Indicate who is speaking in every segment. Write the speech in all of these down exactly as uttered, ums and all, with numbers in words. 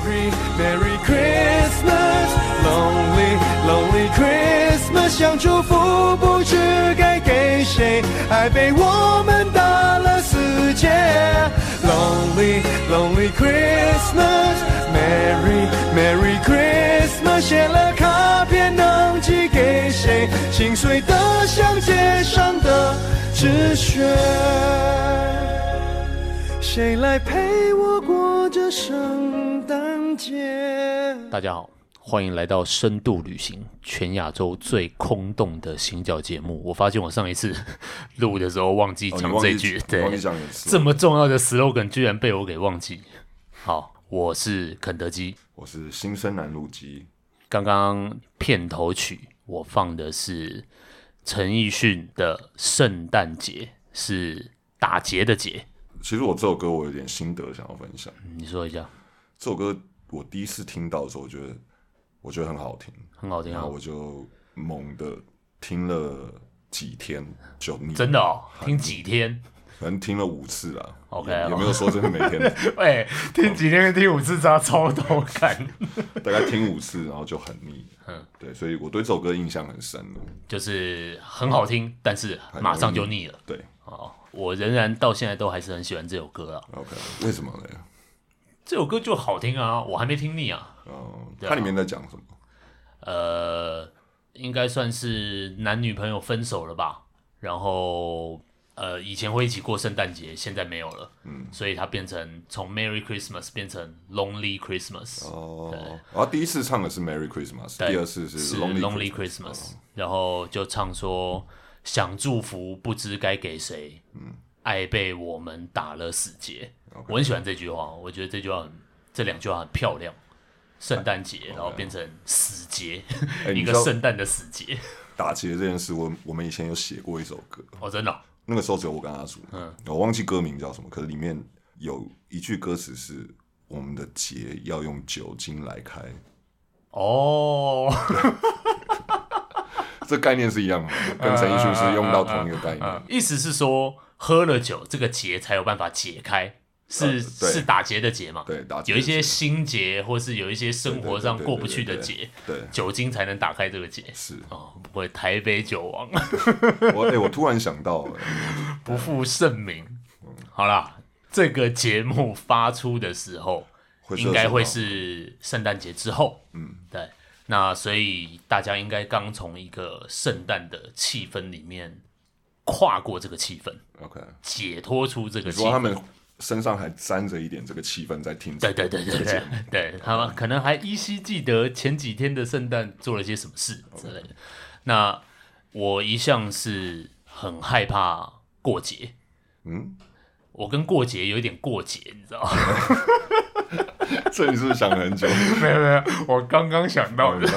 Speaker 1: Merry Merry Christmas Lonely Lonely Christmas 想祝福不知该给谁，爱被我们打了死结。 Lonely Lonely Christmas Merry Merry Christmas 写了卡片能寄给谁，心碎得像街上的纸屑，谁来陪我过这圣诞节。
Speaker 2: 大家好，欢迎来到深度旅行，全亚洲最空洞的行脚节目。我发现我上一次录的时候忘记讲这句，
Speaker 3: 哦、
Speaker 2: 对，这么重要的 slogan 居然被我给忘记。好，我是肯德基，
Speaker 3: 我是新生南路基。
Speaker 2: 刚刚片头曲我放的是陈奕迅的《圣诞节》，是打劫的劫。
Speaker 3: 其实我这首歌我有点心得想要分享，
Speaker 2: 嗯、你说一下。这
Speaker 3: 首歌我第一次听到的时候，我觉得我觉得很好听，
Speaker 2: 很好听、啊，
Speaker 3: 然后我就猛的听了几天就腻。
Speaker 2: 真的哦，听几天？
Speaker 3: 可能听了五次啦。
Speaker 2: OK，
Speaker 3: 有没有说真的每天？
Speaker 2: 喂，听几天跟听五次差超多感。
Speaker 3: 大概听五次，然后就很腻。嗯，对，所以我对这首歌印象很深了。
Speaker 2: 就是很好听，但是马上就腻了。
Speaker 3: 对，
Speaker 2: 哦，我仍然到现在都还是很喜欢这首歌啊。
Speaker 3: OK， 为什么呢？
Speaker 2: 这首歌就好听啊，我还没听腻啊。
Speaker 3: 哦、呃，它里面在讲什么？
Speaker 2: 呃，应该算是男女朋友分手了吧，然后呃以前会一起过圣诞节，现在没有了，嗯，所以它变成从 Merry Christmas 变成 Lonely Christmas。
Speaker 3: 哦，然后第一次唱的是 Merry Christmas， 第二次是 Lonely,
Speaker 2: Lonely
Speaker 3: Christmas，,
Speaker 2: Christmas、哦、然后就唱说想祝福不知该给谁，嗯，爱被我们打了死结。Okay. 我很喜欢这句话，我觉得这句话很，这两句话很漂亮。圣诞节，
Speaker 3: Okay.
Speaker 2: 然后变成死结，
Speaker 3: 欸、
Speaker 2: 一个圣诞的死结。
Speaker 3: 打劫这件事，我我们以前有写过一首歌。
Speaker 2: 哦，真的、哦？
Speaker 3: 那个时候只有我跟阿祖，嗯，我忘记歌名叫什么，可是里面有一句歌词是“我们的结要用酒精来开”。
Speaker 2: 哦，
Speaker 3: 这概念是一样的，跟陈奕迅是用到同一个概念。
Speaker 2: 嗯嗯嗯、意思是说，喝了酒，这个结才有办法解开。是、呃、是打劫的劫嘛？
Speaker 3: 对，打劫
Speaker 2: 有一些心结，或是有一些生活上过不去的结，
Speaker 3: 对，
Speaker 2: 酒精才能打开这个结。
Speaker 3: 是
Speaker 2: 哦，不会台北酒王。
Speaker 3: 我哎、欸，我突然想到了，
Speaker 2: 不负盛名。好啦，这个节目发出的时候，应该会是圣诞节之后。嗯，对。那所以大家应该刚从一个圣诞的气氛里面跨过这个气氛
Speaker 3: ，OK，
Speaker 2: 解脱出这个气氛。
Speaker 3: 你说他们身上还沾着一点这个气氛在听，
Speaker 2: 对对对对对，对他们可能还依稀记得前几天的圣诞做了些什么事之类的。Okay. 那我一向是很害怕过节，嗯，我跟过节有一点过节，你知道吗？
Speaker 3: 这你是不是想了很久？
Speaker 2: 没有没有，我刚刚想到的。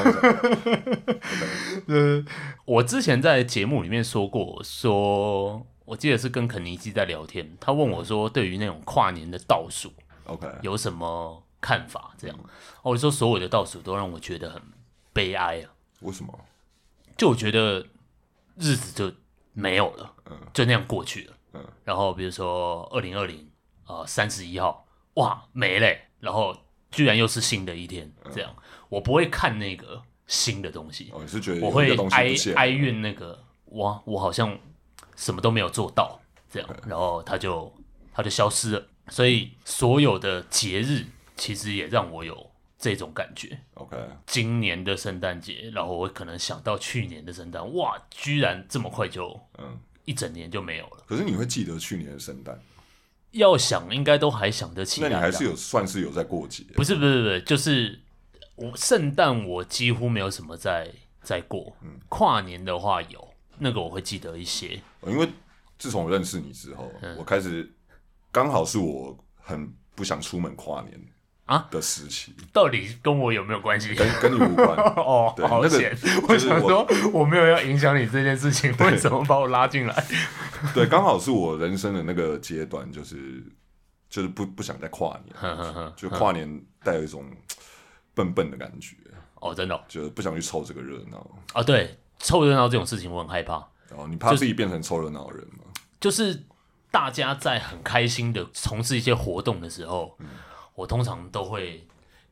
Speaker 2: 呃，我之前在节目里面说过，说。我记得是跟肯尼基在聊天，他问我说：“对于那种跨年的倒数
Speaker 3: ，OK，
Speaker 2: 有什么看法？”这样，我就说所有的倒数都让我觉得很悲哀啊。
Speaker 3: 为什么？
Speaker 2: 就我觉得日子就没有了，嗯、就那样过去了。嗯、然后比如说二零二零啊三十一号，哇没嘞，然后居然又是新的一天，这样、嗯、我不会看那个新的东西，
Speaker 3: 哦、你是觉得
Speaker 2: 我会哀哀怨那个哇，我好像。什么都没有做到，这样，然后他就他就消失了。所以所有的节日其实也让我有这种感觉。
Speaker 3: OK，
Speaker 2: 今年的圣诞节，然后我可能想到去年的圣诞，哇，居然这么快就，嗯，一整年就没有了。
Speaker 3: 可是你会记得去年的圣诞？
Speaker 2: 要想应该都还想得起来。
Speaker 3: 那你还是有算是有在过节？
Speaker 2: 不是不是不是，就是我圣诞我几乎没有什么在在过，嗯，跨年的话有。那个我会记得一些，
Speaker 3: 因为自从我认识你之后，嗯、我开始刚好是我很不想出门跨年啊的时期。
Speaker 2: 到底跟我有没有关系？
Speaker 3: 跟跟你无关
Speaker 2: 哦，好险！那個、我想说我没有要影响你这件事情，为什么把我拉进来？
Speaker 3: 对，刚好是我人生的那个阶段，就是就是不不想再跨年，
Speaker 2: 呵呵呵
Speaker 3: 就跨年带有一种笨笨的感觉。
Speaker 2: 哦，真的、哦，
Speaker 3: 就不想去凑这个热闹。
Speaker 2: 哦，对。凑热闹这种事情我很害怕。
Speaker 3: 哦，你怕自己变成凑热闹的人吗？
Speaker 2: 就是大家在很开心的从事一些活动的时候，嗯、我通常都会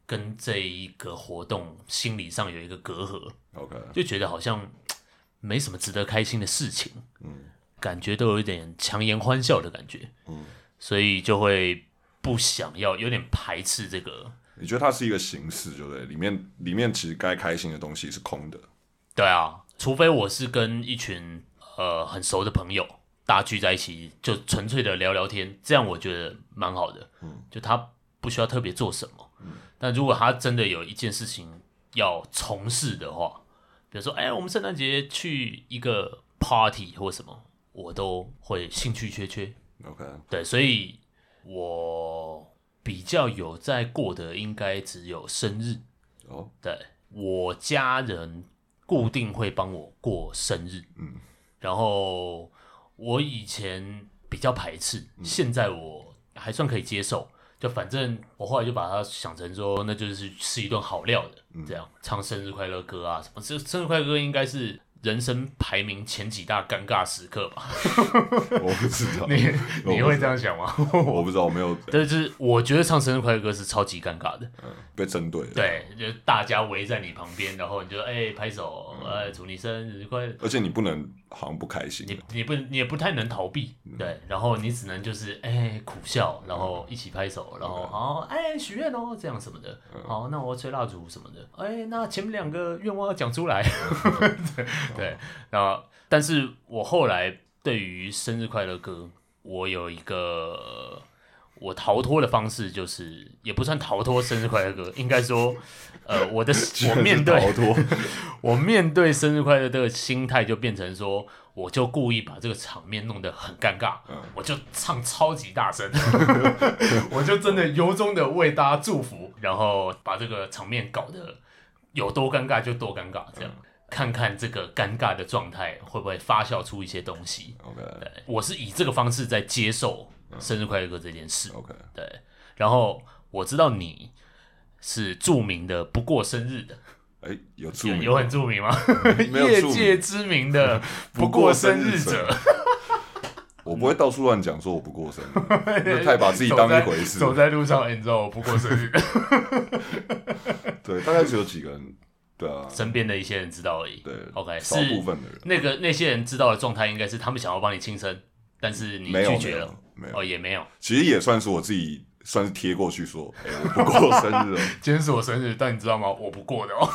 Speaker 2: 跟这一个活动心理上有一个隔阂
Speaker 3: ，OK，
Speaker 2: 就觉得好像没什么值得开心的事情，嗯，感觉都有一点强颜欢笑的感觉，嗯，所以就会不想要，有点排斥这个。
Speaker 3: 你觉得它是一个形式，对不对？里面里面其实该开心的东西是空的。
Speaker 2: 对啊，除非我是跟一群呃很熟的朋友，大家聚在一起，就纯粹的聊聊天，这样我觉得蛮好的。嗯，就他不需要特别做什么。嗯，但如果他真的有一件事情要从事的话，比如说，哎，我们圣诞节去一个 party 或什么，我都会兴趣缺缺。
Speaker 3: OK，
Speaker 2: 对，所以我比较有在过的应该只有生日。哦，对，我家人固定会帮我过生日。嗯，然后我以前比较排斥，嗯、现在我还算可以接受。就反正我后来就把它想成说，那就是吃一顿好料的，嗯、这样唱生日快乐歌啊什么。这生日快乐歌应该是人生排名前几大尴尬时刻吧？
Speaker 3: 我不知道，
Speaker 2: 你你会这样想吗？
Speaker 3: 我不知道，我没有。
Speaker 2: 但是我觉得唱生日快乐歌是超级尴尬的，
Speaker 3: 嗯、被针对。
Speaker 2: 对，就大家围在你旁边，然后你就哎、欸、拍手，哎、嗯、祝你生日快乐。
Speaker 3: 而且你不能好像不开心，
Speaker 2: 你你不你也不太能逃避，嗯、对，然后你只能就是哎、欸、苦笑，然后一起拍手，然后好哎许愿哦这样什么的，嗯、好那我吹蜡烛什么的，哎、欸、那前面两个愿望要讲出来。对对，然后，但是我后来对于生日快乐歌，我有一个我逃脱的方式，就是也不算逃脱生日快乐歌，应该说，呃，我的我面对
Speaker 3: 逃脱，
Speaker 2: 我面对生日快乐的心态就变成说，我就故意把这个场面弄得很尴尬，嗯、我就唱超级大声，我就真的由衷的为大家祝福，然后把这个场面搞得有多尴尬就多尴尬，这样。嗯看看这个尴尬的状态会不会发酵出一些东西。
Speaker 3: Okay.
Speaker 2: 对，我是以这个方式在接受生日快乐歌这件事。
Speaker 3: Okay.
Speaker 2: 对，然后我知道你是著名的不过生日的，
Speaker 3: 哎，有著名，
Speaker 2: 有很著名吗？
Speaker 3: 没有
Speaker 2: 业界知名的不过生日者。
Speaker 3: 我不会到处乱讲说我不过生日，那太把自己当一回事。
Speaker 2: 走在路上，欸、你知道我不过生日。
Speaker 3: 对，大概只有几个人。对啊，
Speaker 2: 身边的一些人知道而已。
Speaker 3: 对
Speaker 2: ，OK，
Speaker 3: 少部分的人，
Speaker 2: 那个那些人知道的状态应该是他们想要帮你庆生，但是你拒绝了，
Speaker 3: 没有，没有
Speaker 2: 哦，也没有。
Speaker 3: 其实也算是我自己算是贴过去说，哎、欸，我不过生日了。
Speaker 2: 今天是我生日，但你知道吗？我不过的哦。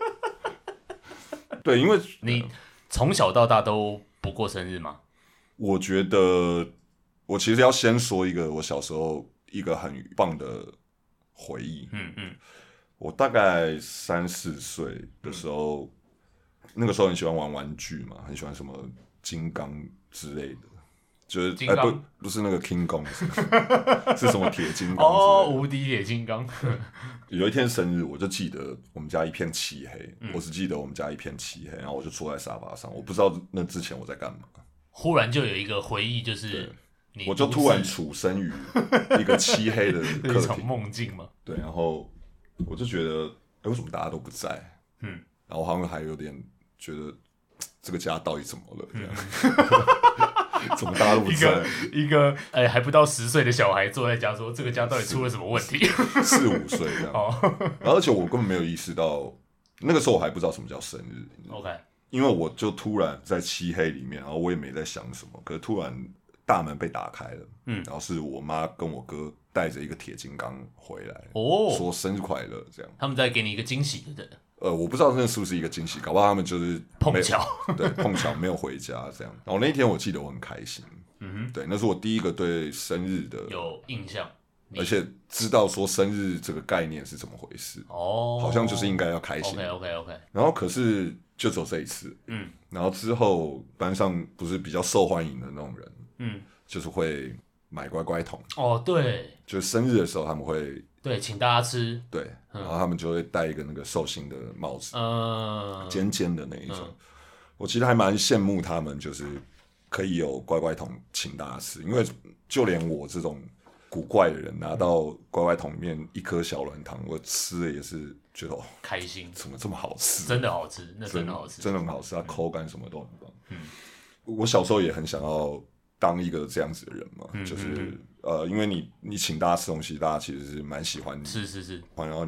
Speaker 3: 对，因为
Speaker 2: 你从小到大都不过生日吗？
Speaker 3: 我觉得我其实要先说一个我小时候一个很棒的回忆。嗯嗯。我大概三四岁的时候，嗯、那个时候很喜欢玩玩具嘛，很喜欢什么金刚之类的，就是哎、欸、不不是那个 King Kong， 是, 是什么铁金刚
Speaker 2: 哦，无敌铁金刚。
Speaker 3: 有一天生日，我就记得我们家一片漆黑，嗯、我只记得我们家一片漆黑，然后我就坐在沙发上，我不知道那之前我在干嘛。
Speaker 2: 忽然就有一个回忆，就是你
Speaker 3: 我就突然处身于一个漆黑的客厅，
Speaker 2: 一场梦境嘛。
Speaker 3: 对，然后。我就觉得，欸、为什么大家都不在？嗯，然后好像还有点觉得这个家到底怎么了？这样，嗯、怎么大家都不在？
Speaker 2: 一个, 一个哎、欸、还不到十岁的小孩坐在家说，这个家到底出了什么问题？
Speaker 3: 四五岁这样。哦，然后而且我根本没有意识到，那个时候我还不知道什么叫生日。
Speaker 2: OK，
Speaker 3: 因为我就突然在漆黑里面，然后我也没在想什么，可是突然大门被打开了，嗯，然后是我妈跟我哥。带着一个铁金刚回来，哦，说生日快乐，这样。
Speaker 2: 他们在给你一个惊喜，对不对？
Speaker 3: 呃，我不知道那是不是一个惊喜，搞不好他们就是
Speaker 2: 碰巧，
Speaker 3: 对，碰巧没有回家这样。然后那一天我记得我很开心，嗯哼，对，那是我第一个对生日的
Speaker 2: 有印象，
Speaker 3: 而且知道说生日这个概念是怎么回事，哦，好像就是应该要开心。
Speaker 2: OK OK OK。
Speaker 3: 然后可是就只有这一次，嗯，然后之后班上不是比较受欢迎的那种人，嗯，就是会。买乖乖桶
Speaker 2: 哦，对，
Speaker 3: 就是生日的时候他们会
Speaker 2: 对请大家吃，
Speaker 3: 对，嗯、然后他们就会戴一个那个寿星的帽子，嗯，尖尖的那一种。嗯、我其实还蛮羡慕他们，就是可以有乖乖桶请大家吃，因为就连我这种古怪的人拿到乖乖桶里面一颗小软糖，我吃的也是觉得哦
Speaker 2: 开心，
Speaker 3: 怎么这么好吃？
Speaker 2: 真的好吃，那真的好吃，
Speaker 3: 真的很好吃，它口感什么都很棒。嗯，我小时候也很想要。当一个这样子的人嘛，嗯、就是呃，因为你你请大家吃东西，大家其实是蛮喜欢你，
Speaker 2: 是是是，
Speaker 3: 然后你的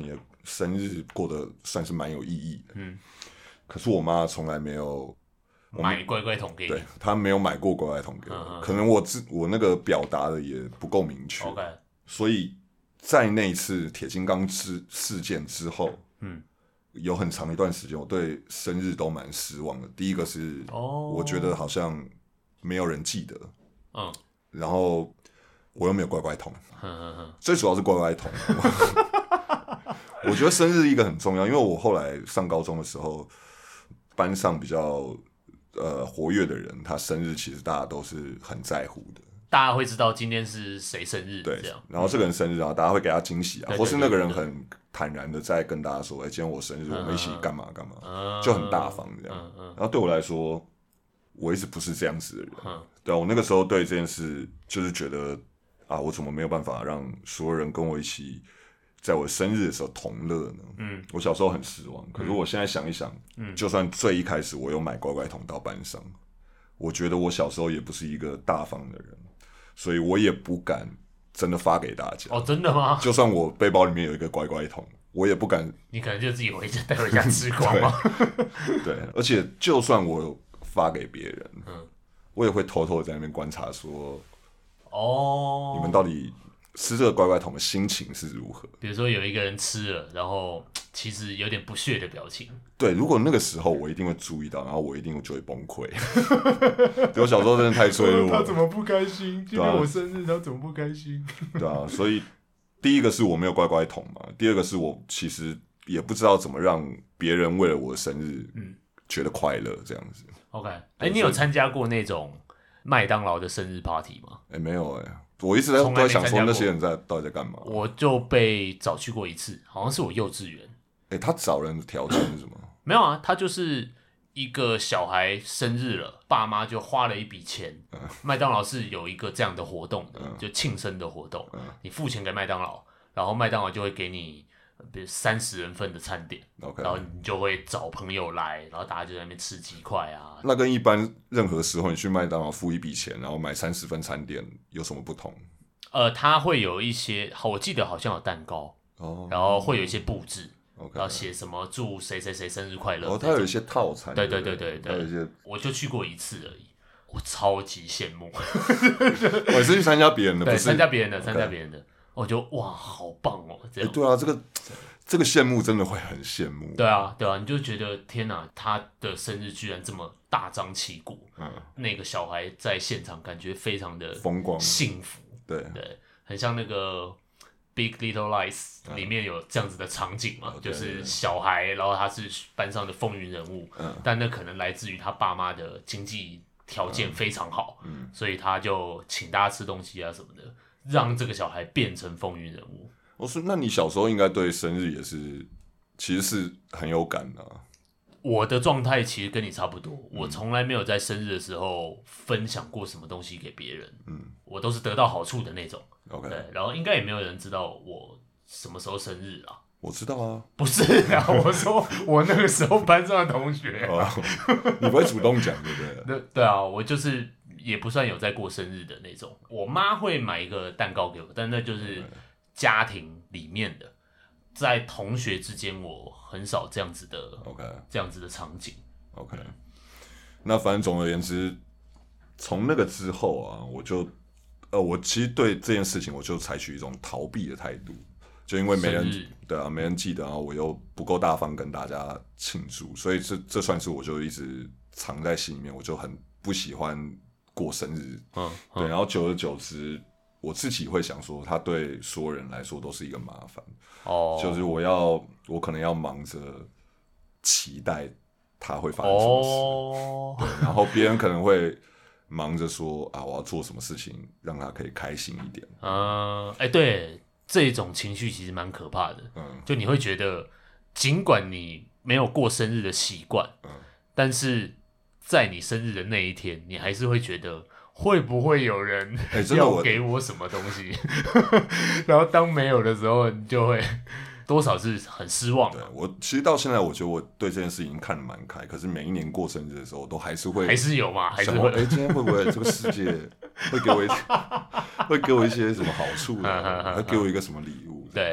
Speaker 3: 生日过得算是蛮有意义的。嗯，可是我妈从来没有
Speaker 2: 买乖乖桶给你，
Speaker 3: 对，她没有买过乖乖桶给我。嗯、可能我自我那个表达的也不够明确。
Speaker 2: OK，
Speaker 3: 所以在那一次铁金刚事事件之后，嗯，有很长一段时间我对生日都蛮失望的。第一个是，我觉得好像没有人记得，嗯，然后我又没有乖乖桶，最主要是乖乖桶。我觉得生日一个很重要，因为我后来上高中的时候，班上比较呃活跃的人，他生日其实大家都是很在乎的。
Speaker 2: 大家会知道今天是谁生日，
Speaker 3: 对，
Speaker 2: 这样。
Speaker 3: 然后这个人生日，然后大家会给他惊喜啊，或是那个人很坦然的在跟大家说：“哎、欸，今天我生日，我们一起干嘛干嘛。嗯”就很大方这样。嗯嗯、然后对我来说，我一直不是这样子的人。嗯、对啊，我那个时候对这件事就是觉得啊，我怎么没有办法让所有人跟我一起在我生日的时候同乐呢？嗯，我小时候很失望。可是我现在想一想，嗯，就算最一开始我有买乖乖桶到班上，我觉得我小时候也不是一个大方的人。所以我也不敢真的发给大家。
Speaker 2: 哦，真的吗？
Speaker 3: 就算我背包里面有一个乖乖桶，我也不敢。
Speaker 2: 你可能就自己回家带回家吃光吗？
Speaker 3: 对, 对，而且就算我发给别人，嗯，我也会偷偷在那边观察说，哦，你们到底吃这个乖乖桶的心情是如何？
Speaker 2: 比如说有一个人吃了，然后其实有点不屑的表情。
Speaker 3: 对，如果那个时候我一定会注意到，然后我一定就会崩溃。我小时候真的太脆弱了。
Speaker 1: 他怎么不开心？今天我生日，他怎么不开心？
Speaker 3: 对啊，所以第一个是我没有乖乖桶嘛，第二个是我其实也不知道怎么让别人为了我的生日，嗯，觉得快乐这样子。
Speaker 2: OK， 哎、欸，你有参加过那种麦当劳的生日 party 吗？
Speaker 3: 哎、欸，没有哎、欸。我一直在都在想说那些人在到底在干嘛。
Speaker 2: 我就被找去过一次，好像是我幼稚园。
Speaker 3: 哎、欸，他找人的条件是什么？
Speaker 2: 没有啊，他就是一个小孩生日了，爸妈就花了一笔钱。嗯、麦当劳是有一个这样的活动的，嗯、就庆生的活动。嗯、你付钱给麦当劳，然后麦当劳就会给你比如三十人份的餐点， okay. 然后你就会找朋友来，然后大家就在那边吃鸡块啊。
Speaker 3: 那跟一般任何时候你去麦当劳付一笔钱，然后买三十份餐点有什么不同？
Speaker 2: 呃，它会有一些，我记得好像有蛋糕，哦、然后会有一些布置， okay. 然后写什么祝谁谁谁生日快乐。
Speaker 3: 哦，它有一些套餐。
Speaker 2: 对对对对对，
Speaker 3: 有一些，
Speaker 2: 我就去过一次而已，我超级羡慕。
Speaker 3: 我也是去参加别人的，
Speaker 2: 对，
Speaker 3: 不是
Speaker 2: 参加别人的，参加别人的。我觉得哇，好棒哦！这样、
Speaker 3: 欸、对啊，这个这个羡慕真的会很羡慕。
Speaker 2: 对啊，对啊，你就觉得天哪，他的生日居然这么大张旗鼓，嗯，那个小孩在现场感觉非常的
Speaker 3: 风光
Speaker 2: 幸福，
Speaker 3: 对
Speaker 2: 对，很像那个《Big Little Lies》里面有这样子的场景嘛，嗯、就是小孩，然后他是班上的风云人物，嗯，但那可能来自于他爸妈的经济条件非常好，嗯，所以他就请大家吃东西啊什么的。让这个小孩变成风云人物。
Speaker 3: 我说，那你小时候应该对生日也是，其实是很有感的、啊。
Speaker 2: 我的状态其实跟你差不多，嗯、我从来没有在生日的时候分享过什么东西给别人，嗯，我都是得到好处的那种。
Speaker 3: OK，
Speaker 2: 对，然后应该也没有人知道我什么时候生日啊。
Speaker 3: 我知道啊，
Speaker 2: 不是啊，我说我那个时候班上的同学、啊
Speaker 3: 哦，你不会主动讲对不对？
Speaker 2: 对对啊，我就是也不算有在过生日的那种。我妈会买一个蛋糕给我，但那就是家庭里面的，在同学之间我很少这样子的
Speaker 3: ，OK，
Speaker 2: 这样子的场景
Speaker 3: ，OK。那反正总而言之，从那个之后啊，我就呃，我其实对这件事情我就采取一种逃避的态度。就因为没人对啊，没人记得，然后我又不够大方跟大家庆祝，所以这这算是我就一直藏在心里面，我就很不喜欢过生日，嗯，对，然后久而久之，我自己会想说，他对所有人来说都是一个麻烦，哦，就是我要我可能要忙着期待他会发生什么事，哦，对，然后别人可能会忙着说啊，我要做什么事情让他可以开心一点，
Speaker 2: 嗯，哎，欸，对。这种情绪其实蛮可怕的，嗯，就你会觉得，尽管你没有过生日的习惯，嗯，但是在你生日的那一天，你还是会觉得会不会有人要给我什么东西，欸，然后当没有的时候，你就会多少是很失望。
Speaker 3: 对，我其实到现在，我觉得我对这件事已经看得蛮开，可是每一年过生日的时候，我都还是会
Speaker 2: 还是有嘛，还是会，
Speaker 3: 哎，欸，今天会不会这个世界会给我一会给我一些什么好处呢？会给我一个什么礼物？
Speaker 2: 对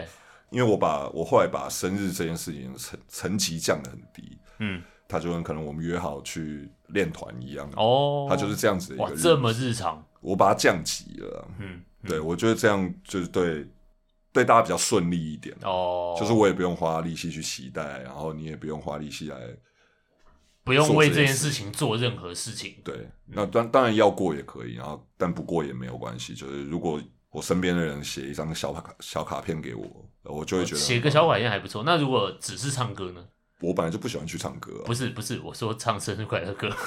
Speaker 3: 因为我把我后来把生日这件事情层层级降得很低，嗯，他就跟可能我们约好去练团一样，哦，他就是这样子的一个日子，
Speaker 2: 哇，这么日常，
Speaker 3: 我把它降级了，嗯，嗯对，我觉得这样就是对对大家比较顺利一点，哦，就是我也不用花力气去期待，然后你也不用花力气来。
Speaker 2: 不用为这件事情做任何事情。
Speaker 3: 对，那当当然要过也可以，然后但不过也没有关系。就是如果我身边的人写一张小卡小卡片给我，我就会觉得
Speaker 2: 写个小卡片还不错。那如果只是唱歌呢？
Speaker 3: 我本来就不喜欢去唱歌、啊。
Speaker 2: 不是不是，我说唱生日快乐歌。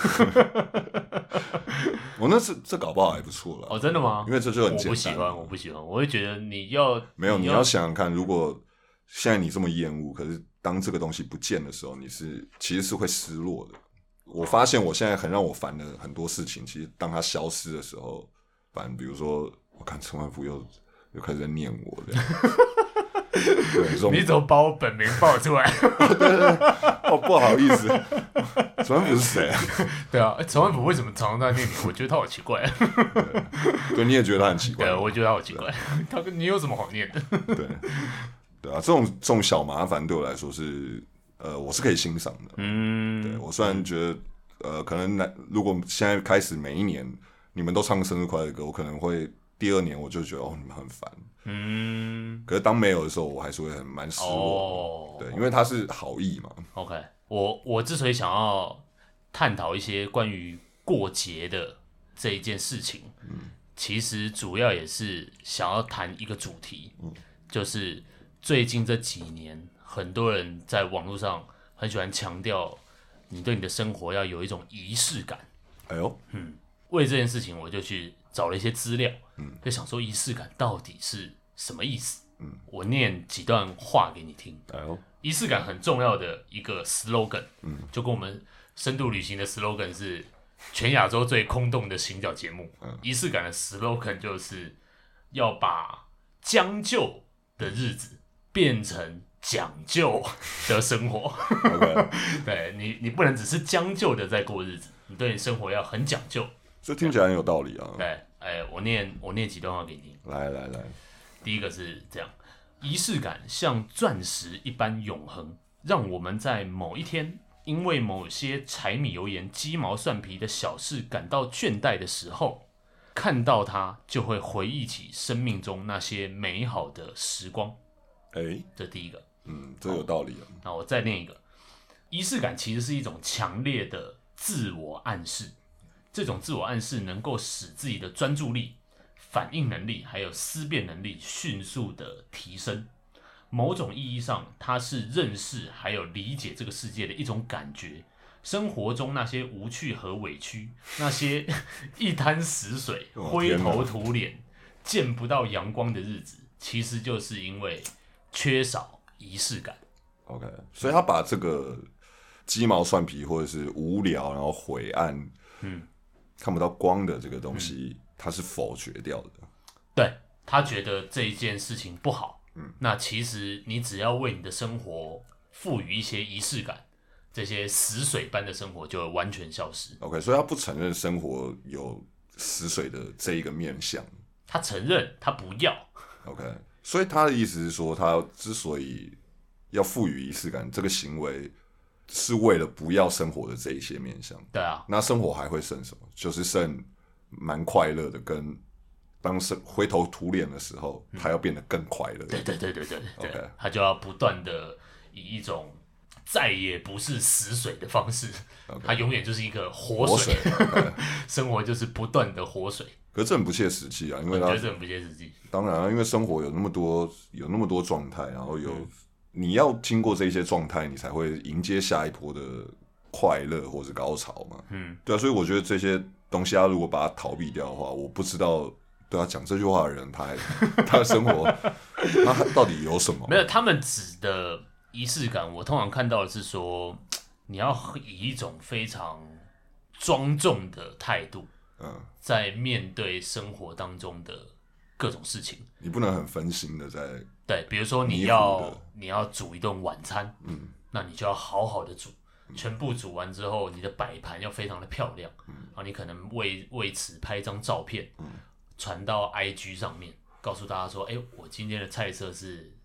Speaker 3: 我那是这搞不好还不错了。
Speaker 2: 哦，真的吗？
Speaker 3: 因为这就很简单。
Speaker 2: 我不喜欢，我不喜欢，我会觉得你要
Speaker 3: 没有，你要, 你要想想看，如果现在你这么厌恶，可是。当这个东西不见的时候，你是其实是会失落的。我发现我现在很让我烦的很多事情，其实当它消失的时候，烦。比如说，我看陈万福又又开始在念我的，对，
Speaker 2: 你怎么把我本名报出来？
Speaker 3: 对对对，哦，不好意思，陈万福是谁啊？
Speaker 2: 对啊，陈万福为什么常常在念你？我觉得他好奇怪。
Speaker 3: 对，对，你也觉得他很奇怪？
Speaker 2: 对，我觉得他好奇怪。他跟你有什么好念的？
Speaker 3: 对。对啊，这种这种小麻烦对我来说是，呃，我是可以欣赏的。嗯，对我虽然觉得，呃，可能如果现在开始每一年你们都唱生日快乐歌，我可能会第二年我就觉得哦，你们很烦。嗯，可是当没有的时候，我还是会很蛮失落。哦，对，因为它是好意嘛。
Speaker 2: OK， 我我之所以想要探讨一些关于过节的这一件事情，嗯，其实主要也是想要谈一个主题，嗯，就是。最近这几年，很多人在网络上很喜欢强调，你对你的生活要有一种仪式感。哎呦，嗯，为这件事情，我就去找了一些资料，嗯，就想说仪式感到底是什么意思？嗯，我念几段话给你听。哎呦，仪式感很重要的一个 slogan，嗯，就跟我们深度旅行的 slogan 是全亚洲最空洞的行脚节目。嗯，仪式感的 slogan 就是要把将就的日子。变成讲究的生活， okay. 对你，你不能只是将就的在过日子，你对你生活要很讲究。
Speaker 3: 这听起来很有道理啊。
Speaker 2: 对，哎，我念我念几段话给你。
Speaker 3: 来来来，
Speaker 2: 第一个是这样：仪式感像钻石一般永恒，让我们在某一天因为某些柴米油盐、鸡毛蒜皮的小事感到倦怠的时候，看到它就会回忆起生命中那些美好的时光。哎、欸，这第一个，
Speaker 3: 嗯，这有道理啊。
Speaker 2: 那我再念一个，仪式感其实是一种强烈的自我暗示，这种自我暗示能够使自己的专注力、反应能力还有思辨能力迅速的提升。某种意义上，它是认识还有理解这个世界的一种感觉。生活中那些无趣和委屈，那些一滩死水、灰头土脸、见不到阳光的日子，其实就是因为缺少仪式感。
Speaker 3: OK， 所以他把这个鸡毛蒜皮或者是无聊然后晦暗、嗯、看不到光的这个东西、嗯、他是否决掉的。
Speaker 2: 对，他觉得这一件事情不好、嗯、那其实你只要为你的生活赋予一些仪式感，这些死水般的生活就会完全消失。
Speaker 3: OK， 所以他不承认生活有死水的这一个面向，
Speaker 2: 他承认，他不要。
Speaker 3: OK， 所以他的意思是说，他之所以要赋予仪式感，这个行为是为了不要生活的这一些面向。
Speaker 2: 对啊，
Speaker 3: 那生活还会剩什么？就是剩蛮快乐的，跟当灰头土脸的时候，他要变得更快乐。
Speaker 2: 对对对对对对，
Speaker 3: okay.
Speaker 2: 他就要不断的以一种再也不是死水的方式， okay. 他永远就是一个活水，活水生活就是不断的活水。
Speaker 3: 可是这很不切实际啊，因为他
Speaker 2: 我觉得这很不切实际。
Speaker 3: 当然啊，因为生活有那么多有那么多状态，然后有、嗯、你要经过这些状态，你才会迎接下一波的快乐或者高潮嘛。嗯，对啊，所以我觉得这些东西，他如果把它逃避掉的话，我不知道对他讲这句话的人，他还他的生活他到底有什么？
Speaker 2: 没有，他们指的仪式感，我通常看到的是说，你要以一种非常庄重的态度。嗯，在面对生活当中的各种事情，
Speaker 3: 你不能很分心的在
Speaker 2: 对，比如说你要你要煮一顿晚餐，嗯，那你就要好好的煮，嗯、全部煮完之后，你的摆盘要非常的漂亮，嗯，然后你可能为为此拍一张照片，嗯，传到 I G 上面，告诉大家说，哎，我今天的菜色是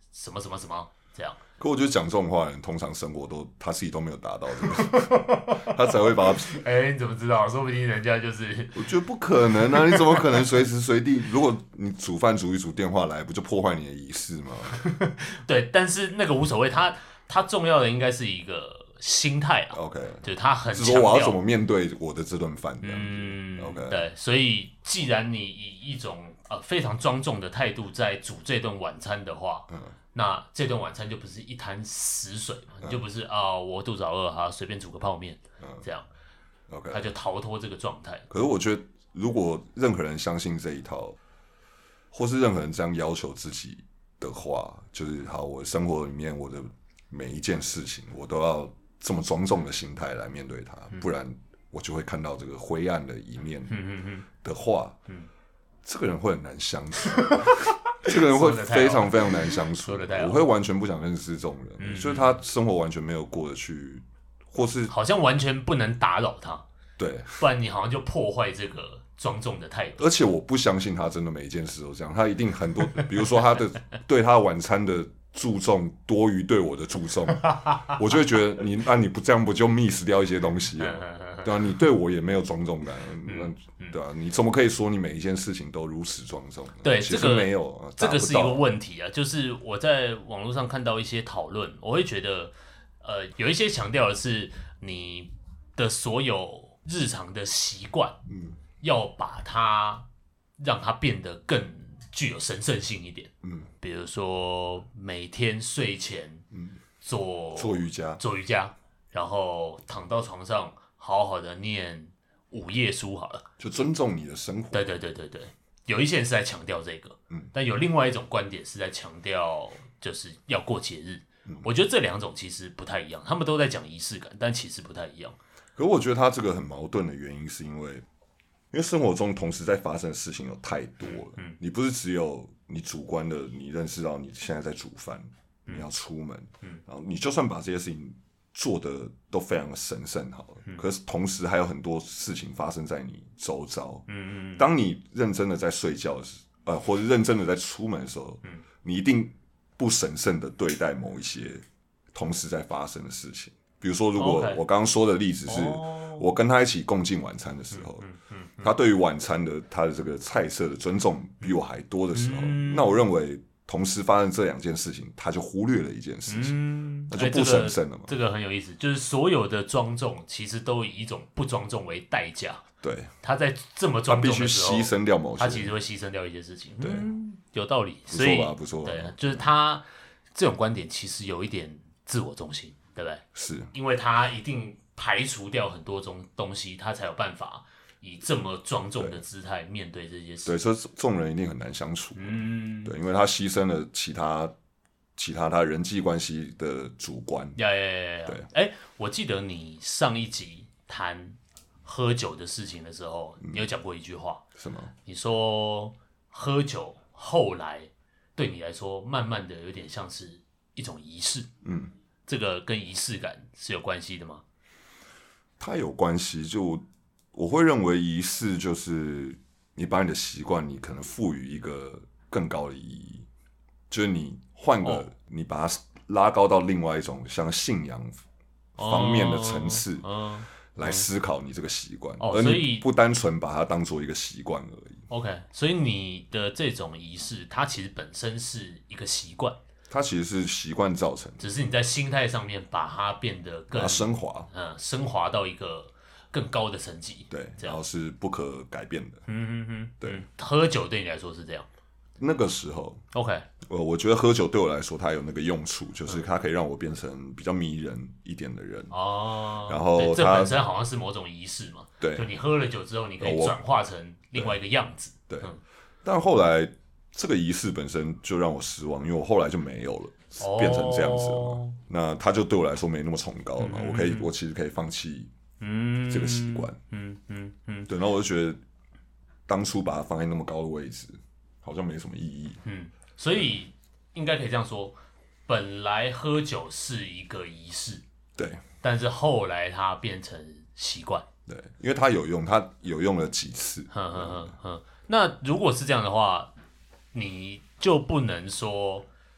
Speaker 2: 什么什么什么这样。
Speaker 3: 可我觉得讲这种话的人，通常生活都他自己都没有达到这个，他才会把他。
Speaker 2: 哎、欸，你怎么知道？说不定人家就是……
Speaker 3: 我觉得不可能啊！你怎么可能随时随地？如果你煮饭煮一煮，电话来，不就破坏你的仪式吗？
Speaker 2: 对，但是那个无所谓，他他重要的应该是一个心态啊。
Speaker 3: OK，
Speaker 2: 就是他很
Speaker 3: 是说我要怎么面对我的这顿饭这样子。嗯 ，OK，
Speaker 2: 对，所以既然你以一种呃非常庄重的态度在煮这顿晚餐的话，嗯。那这顿晚餐就不是一滩死水嘛，嗯、你就不是啊、哦，我肚子好饿哈，随便煮个泡面、嗯，这样
Speaker 3: ，OK，
Speaker 2: 他就逃脱这个状态。
Speaker 3: 可是我觉得，如果任何人相信这一套，或是任何人这样要求自己的话，就是好，我生活里面我的每一件事情，我都要这么庄重的心态来面对它，嗯、不然我就会看到这个灰暗的一面的话，嗯嗯嗯、这个人会很难相处。这个人会非常非常难相处，我会完全不想认识这种人，嗯、就是他生活完全没有过得去，或是
Speaker 2: 好像完全不能打扰他，
Speaker 3: 对，
Speaker 2: 不然你好像就破坏这个庄重的态度。
Speaker 3: 而且我不相信他真的每一件事都这样，他一定很多，比如说他的对他晚餐的注重多于对我的注重，我就会觉得你那、啊、你不这样不就 miss 掉一些东西了？对啊，你对我也没有庄重感，嗯、对啊，你怎么可以说你每一件事情都如此庄重？
Speaker 2: 对，
Speaker 3: 其实没有、啊，
Speaker 2: 这个是一个问题啊。就是我在网络上看到一些讨论，我会觉得，呃，有一些强调的是你的所有日常的习惯，嗯，要把它让它变得更具有神圣性一点，嗯，比如说每天睡前，嗯，做
Speaker 3: 做瑜伽，
Speaker 2: 做瑜伽，然后躺到床上。好好的念午夜书好了，
Speaker 3: 就尊重你的生活。
Speaker 2: 对对对对对，有一些人是在强调这个，嗯，但有另外一种观点是在强调就是要过节日。嗯、我觉得这两种其实不太一样，他们都在讲仪式感，但其实不太一样。
Speaker 3: 可是我觉得他这个很矛盾的原因，是因为因为生活中同时在发生的事情有太多了，嗯，你不是只有你主观的，你认识到你现在在煮饭，嗯、你要出门，嗯，然后你就算把这些事情做的都非常的神圣好了，嗯、可是同时还有很多事情发生在你周遭。嗯嗯，当你认真的在睡觉的时候，呃，或者认真的在出门的时候，嗯、你一定不审慎的对待某一些同时在发生的事情。比如说，如果我刚刚说的例子是、oh. 我跟他一起共进晚餐的时候，嗯嗯嗯、他对于晚餐的他的这个菜色的尊重比我还多的时候，嗯、那我认为。同时发生这两件事情，他就忽略了一件事情，嗯、那就不审慎了嘛、欸
Speaker 2: 这个。这个很有意思，就是所有的庄重其实都以一种不庄重为代价。
Speaker 3: 对，
Speaker 2: 他在这么庄重的时候，
Speaker 3: 他必须牺牲掉某些，
Speaker 2: 他其实会牺牲掉一些事情。
Speaker 3: 对，
Speaker 2: 嗯、有道理。
Speaker 3: 不错吧？不错吧。
Speaker 2: 对，就是他这种观点其实有一点自我中心，对不对？
Speaker 3: 是，
Speaker 2: 因为他一定排除掉很多种东西，他才有办法。以这么庄重的姿态面对这些事，
Speaker 3: 对，所以这种人一定很难相处。嗯，对，因为他牺牲了其他其他他人际关系的主观。
Speaker 2: 呀呀呀呀！对，哎、欸，我记得你上一集谈喝酒的事情的时候，嗯、你有讲过一句话，
Speaker 3: 什么？
Speaker 2: 你说喝酒后来对你来说，慢慢的有点像是一种仪式。嗯，这个跟仪式感是有关系的吗？
Speaker 3: 它有关系，就。我会认为仪式就是你把你的习惯，你可能赋予一个更高的意义，就是你换个，哦、你把它拉高到另外一种像信仰方面的层次，哦、来思考你这个习惯，哦、而你不单纯把它当做一个习惯而已。
Speaker 2: OK， 所以你的这种仪式，它其实本身是一个习惯，
Speaker 3: 它其实是习惯造成的，
Speaker 2: 只是你在心态上面把它变得更
Speaker 3: 把它升华，
Speaker 2: 嗯，升华到一个。更高的层级，
Speaker 3: 对，然后是不可改变的。
Speaker 2: 嗯哼哼，
Speaker 3: 对、
Speaker 2: 嗯，喝酒对你来说是这样。
Speaker 3: 那个时候
Speaker 2: ，OK，
Speaker 3: 我我觉得喝酒对我来说，它有那个用处，就是它可以让我变成比较迷人一点的人。
Speaker 2: 哦，
Speaker 3: 然后
Speaker 2: 这本身好像是某种仪式嘛。
Speaker 3: 对，
Speaker 2: 就你喝了酒之后，你可以转化成另外一个样子。
Speaker 3: 对，对嗯、但后来这个仪式本身就让我失望，因为我后来就没有了，哦、变成这样子了嘛。那它就对我来说没那么崇高了嘛。嗯、我可以，我其实可以放弃。嗯，这个习惯，嗯嗯嗯，对，然后我就觉得当初把它放在那么高的位置，好像没什么意义。
Speaker 2: 嗯，所以应该可以这样说，本来喝酒是一个仪式，
Speaker 3: 对，
Speaker 2: 但是后来它变成习惯，
Speaker 3: 对，因为它有用，它有用了几次。
Speaker 2: 哼哼哼哼，那如果是这样的话，你就不能说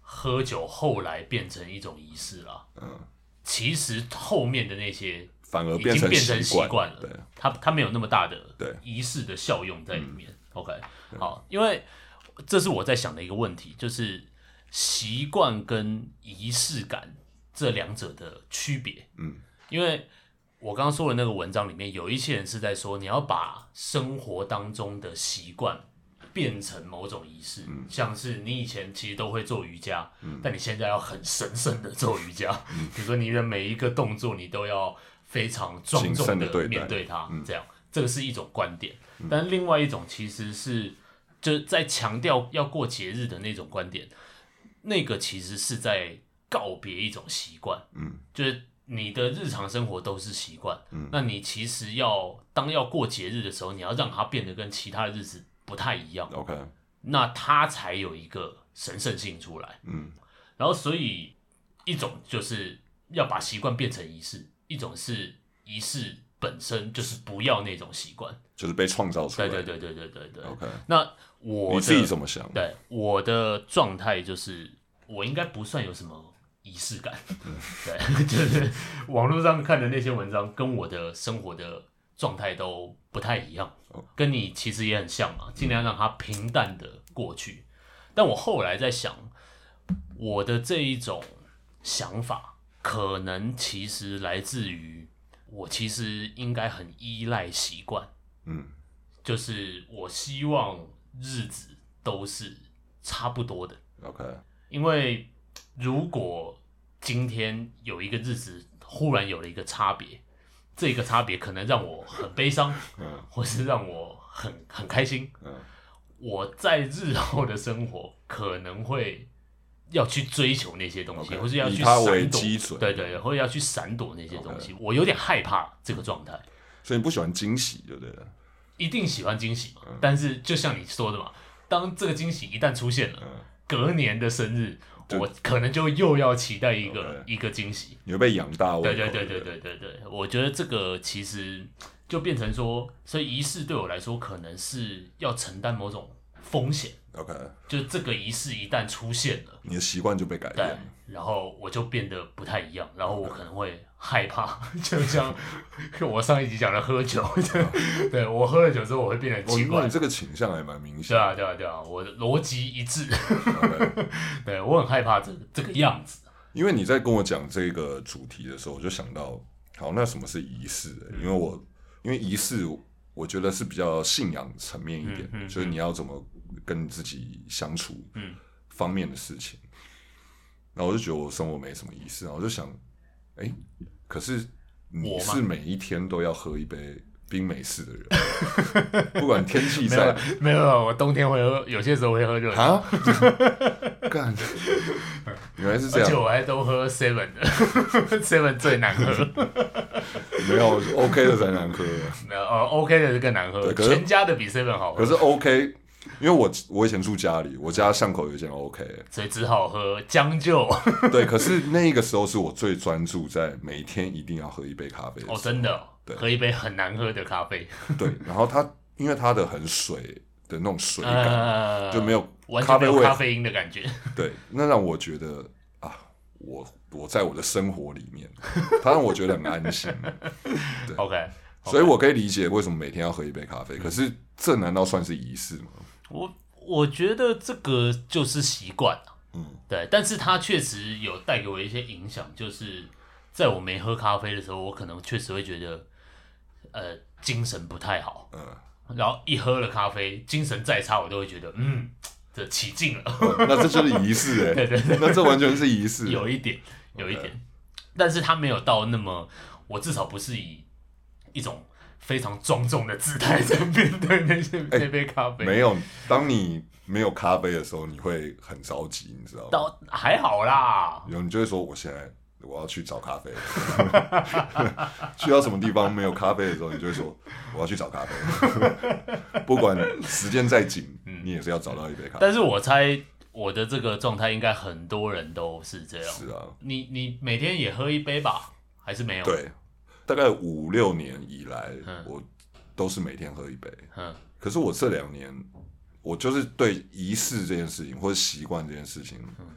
Speaker 2: 喝酒后来变成一种仪式啦。嗯，其实后面的那些
Speaker 3: 反而
Speaker 2: 已经变成习惯了，
Speaker 3: 对，
Speaker 2: 它它没有那么大的仪式的效用在里面。嗯、OK， 好，因为这是我在想的一个问题，就是习惯跟仪式感这两者的区别。嗯，因为我刚刚说的那个文章里面，有一些人是在说，你要把生活当中的习惯变成某种仪式，嗯、像是你以前其实都会做瑜伽，嗯、但你现在要很神圣的做瑜伽，嗯、比如说你的每一个动作你都要非常庄重的面对它，嗯、这样，这个是一种观点。嗯、但另外一种其实是就是在强调要过节日的那种观点，那个其实是在告别一种习惯，嗯，就是你的日常生活都是习惯，嗯，那你其实要当要过节日的时候，你要让它变得跟其他的日子不太一样
Speaker 3: ，OK，
Speaker 2: 那它才有一个神圣性出来，嗯，然后所以一种就是要把习惯变成仪式，一种是仪式本身就是不要那种习惯，
Speaker 3: 就是被创造出来，
Speaker 2: 对对对对对对
Speaker 3: ，OK，
Speaker 2: 那我
Speaker 3: 你自己怎么想？
Speaker 2: 对，我的状态就是我应该不算有什么仪式感，嗯、对，就是网络上看的那些文章跟我的生活的状态都不太一样，跟你其实也很像嘛，尽量让它平淡的过去。但我后来在想，我的这一种想法，可能其实来自于我其实应该很依赖习惯，嗯，就是我希望日子都是差不多的
Speaker 3: ，OK，
Speaker 2: 因为如果今天有一个日子忽然有了一个差别。这个差别可能让我很悲伤，嗯、或是让我很很开心。嗯、我在日后的生活可能会要去追求那些东西，
Speaker 3: okay,
Speaker 2: 或是要去闪躲，对对，或者要去闪躲那些东西。Okay. 我有点害怕这个状态，
Speaker 3: 所以你不喜欢惊喜，对不对？
Speaker 2: 一定喜欢惊喜嘛，嗯、但是就像你说的嘛，当这个惊喜一旦出现了，嗯、隔年的生日。我可能就又要期待一个、okay. 一个惊喜，
Speaker 3: 你会被养大胃口。
Speaker 2: 对对对对对对对，我觉得这个其实就变成说，所以仪式对我来说可能是要承担某种风险。
Speaker 3: OK，
Speaker 2: 就这个仪式一旦出现了，
Speaker 3: 你的习惯就被改变了，
Speaker 2: 然后我就变得不太一样，然后我可能会害怕，就像我上一集讲的喝酒，对，我喝了酒之后我会变得奇怪。
Speaker 3: 你这个倾向还蛮明显。
Speaker 2: 对啊对啊对啊，我的逻辑一致。Okay. 对，我很害怕这个这个样子。
Speaker 3: 因为你在跟我讲这个主题的时候，我就想到，好，那什么是仪式？因为我因为仪式，我觉得是比较信仰层面一点，嗯嗯、就是你要怎么跟你自己相处方面的事情。然后我就觉得我生活没什么仪式，然后我就想，哎、欸，可是你是每一天都要喝一杯冰美式的人，不管天气再
Speaker 2: 没有，我冬天会喝，有些时候会喝热的
Speaker 3: 啊。干，原来是这样，
Speaker 2: 而且我还都喝 seven 的，seven 最难喝。
Speaker 3: 没有 OK 的才难喝，
Speaker 2: 没有哦 OK 的是更难喝，全家的比 seven 好喝。
Speaker 3: 可是 OK。因为我我以前住家里，我家巷口有一间 OK，
Speaker 2: 所以只好喝将就。
Speaker 3: 对，可是那个时候是我最专注在每天一定要喝一杯咖啡的时候。
Speaker 2: 哦，真的、哦，对，喝一杯很难喝的咖啡。
Speaker 3: 对，然后它因为它的很水的那种水感，呃、就没有
Speaker 2: 完全没有咖啡因的感觉。
Speaker 3: 对，那让我觉得啊，我我在我的生活里面，它让我觉得很安心。对
Speaker 2: ，OK，
Speaker 3: 所以我可以理解为什么每天要喝一杯咖啡。可是这难道算是仪式吗？
Speaker 2: 我我觉得这个就是习惯啊，嗯，对，但是它确实有带给我一些影响，就是在我没喝咖啡的时候，我可能确实会觉得，呃，精神不太好，嗯，然后一喝了咖啡，精神再差，我都会觉得，嗯，这起劲了，
Speaker 3: 哦、那这就是仪式哎，
Speaker 2: 对对对，
Speaker 3: 那这完全是仪式，
Speaker 2: 有一点，有一点， okay. 但是它没有到那么，我至少不是以一种。非常庄重的姿态在面对那些、欸、那杯咖啡。
Speaker 3: 没有，当你没有咖啡的时候，你会很着急，你知道吗？
Speaker 2: 到还好啦。
Speaker 3: 有你就会说，我现在我要去找咖啡。去到什么地方没有咖啡的时候，你就会说我要去找咖啡。不管时间再紧，嗯、你也是要找到一杯咖啡。
Speaker 2: 但是我猜我的这个状态应该很多人都是这样。
Speaker 3: 是啊。
Speaker 2: 你你每天也喝一杯吧？还是没有？
Speaker 3: 对。大概五六年以来，嗯、我都是每天喝一杯。嗯、可是我这两年，我就是对仪式这件事情或者习惯这件事情，嗯、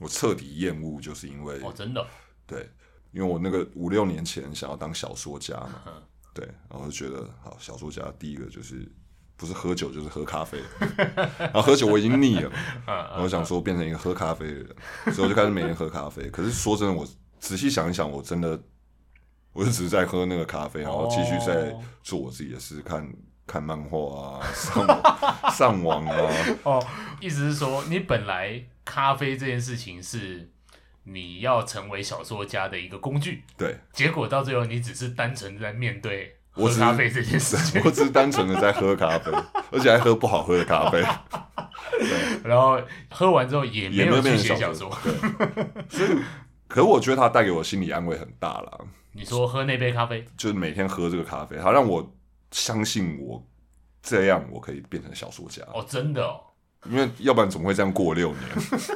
Speaker 3: 我彻底厌恶，就是因为
Speaker 2: 哦，真的、哦，
Speaker 3: 对，因为我那个五六年前想要当小说家嘛，嗯、对，然后就觉得好，小说家第一个就是不是喝酒就是喝咖啡，然后喝酒我已经腻了，然后我想说变成一个喝咖啡的人，所以我就开始每天喝咖啡。可是说真的，我仔细想一想，我真的我就只是在喝那个咖啡，然后继续在做我自己的事，看看漫画啊，上网上网啊。
Speaker 2: 哦，意思是说，你本来咖啡这件事情是你要成为小说家的一个工具，
Speaker 3: 对，
Speaker 2: 结果到最后你只是单纯在面对喝咖啡这件事情，
Speaker 3: 我只是单纯的在喝咖啡，而且还喝不好喝的咖啡。
Speaker 2: 对，然后喝完之后也没有去写小说，
Speaker 3: 对，所以，可是我觉得它带给我心理安慰很大啦。
Speaker 2: 你说喝那杯咖啡，
Speaker 3: 就是每天喝这个咖啡，它让我相信我这样我可以变成小说家。
Speaker 2: 哦，真的哦，
Speaker 3: 因为要不然怎么会这样过六年？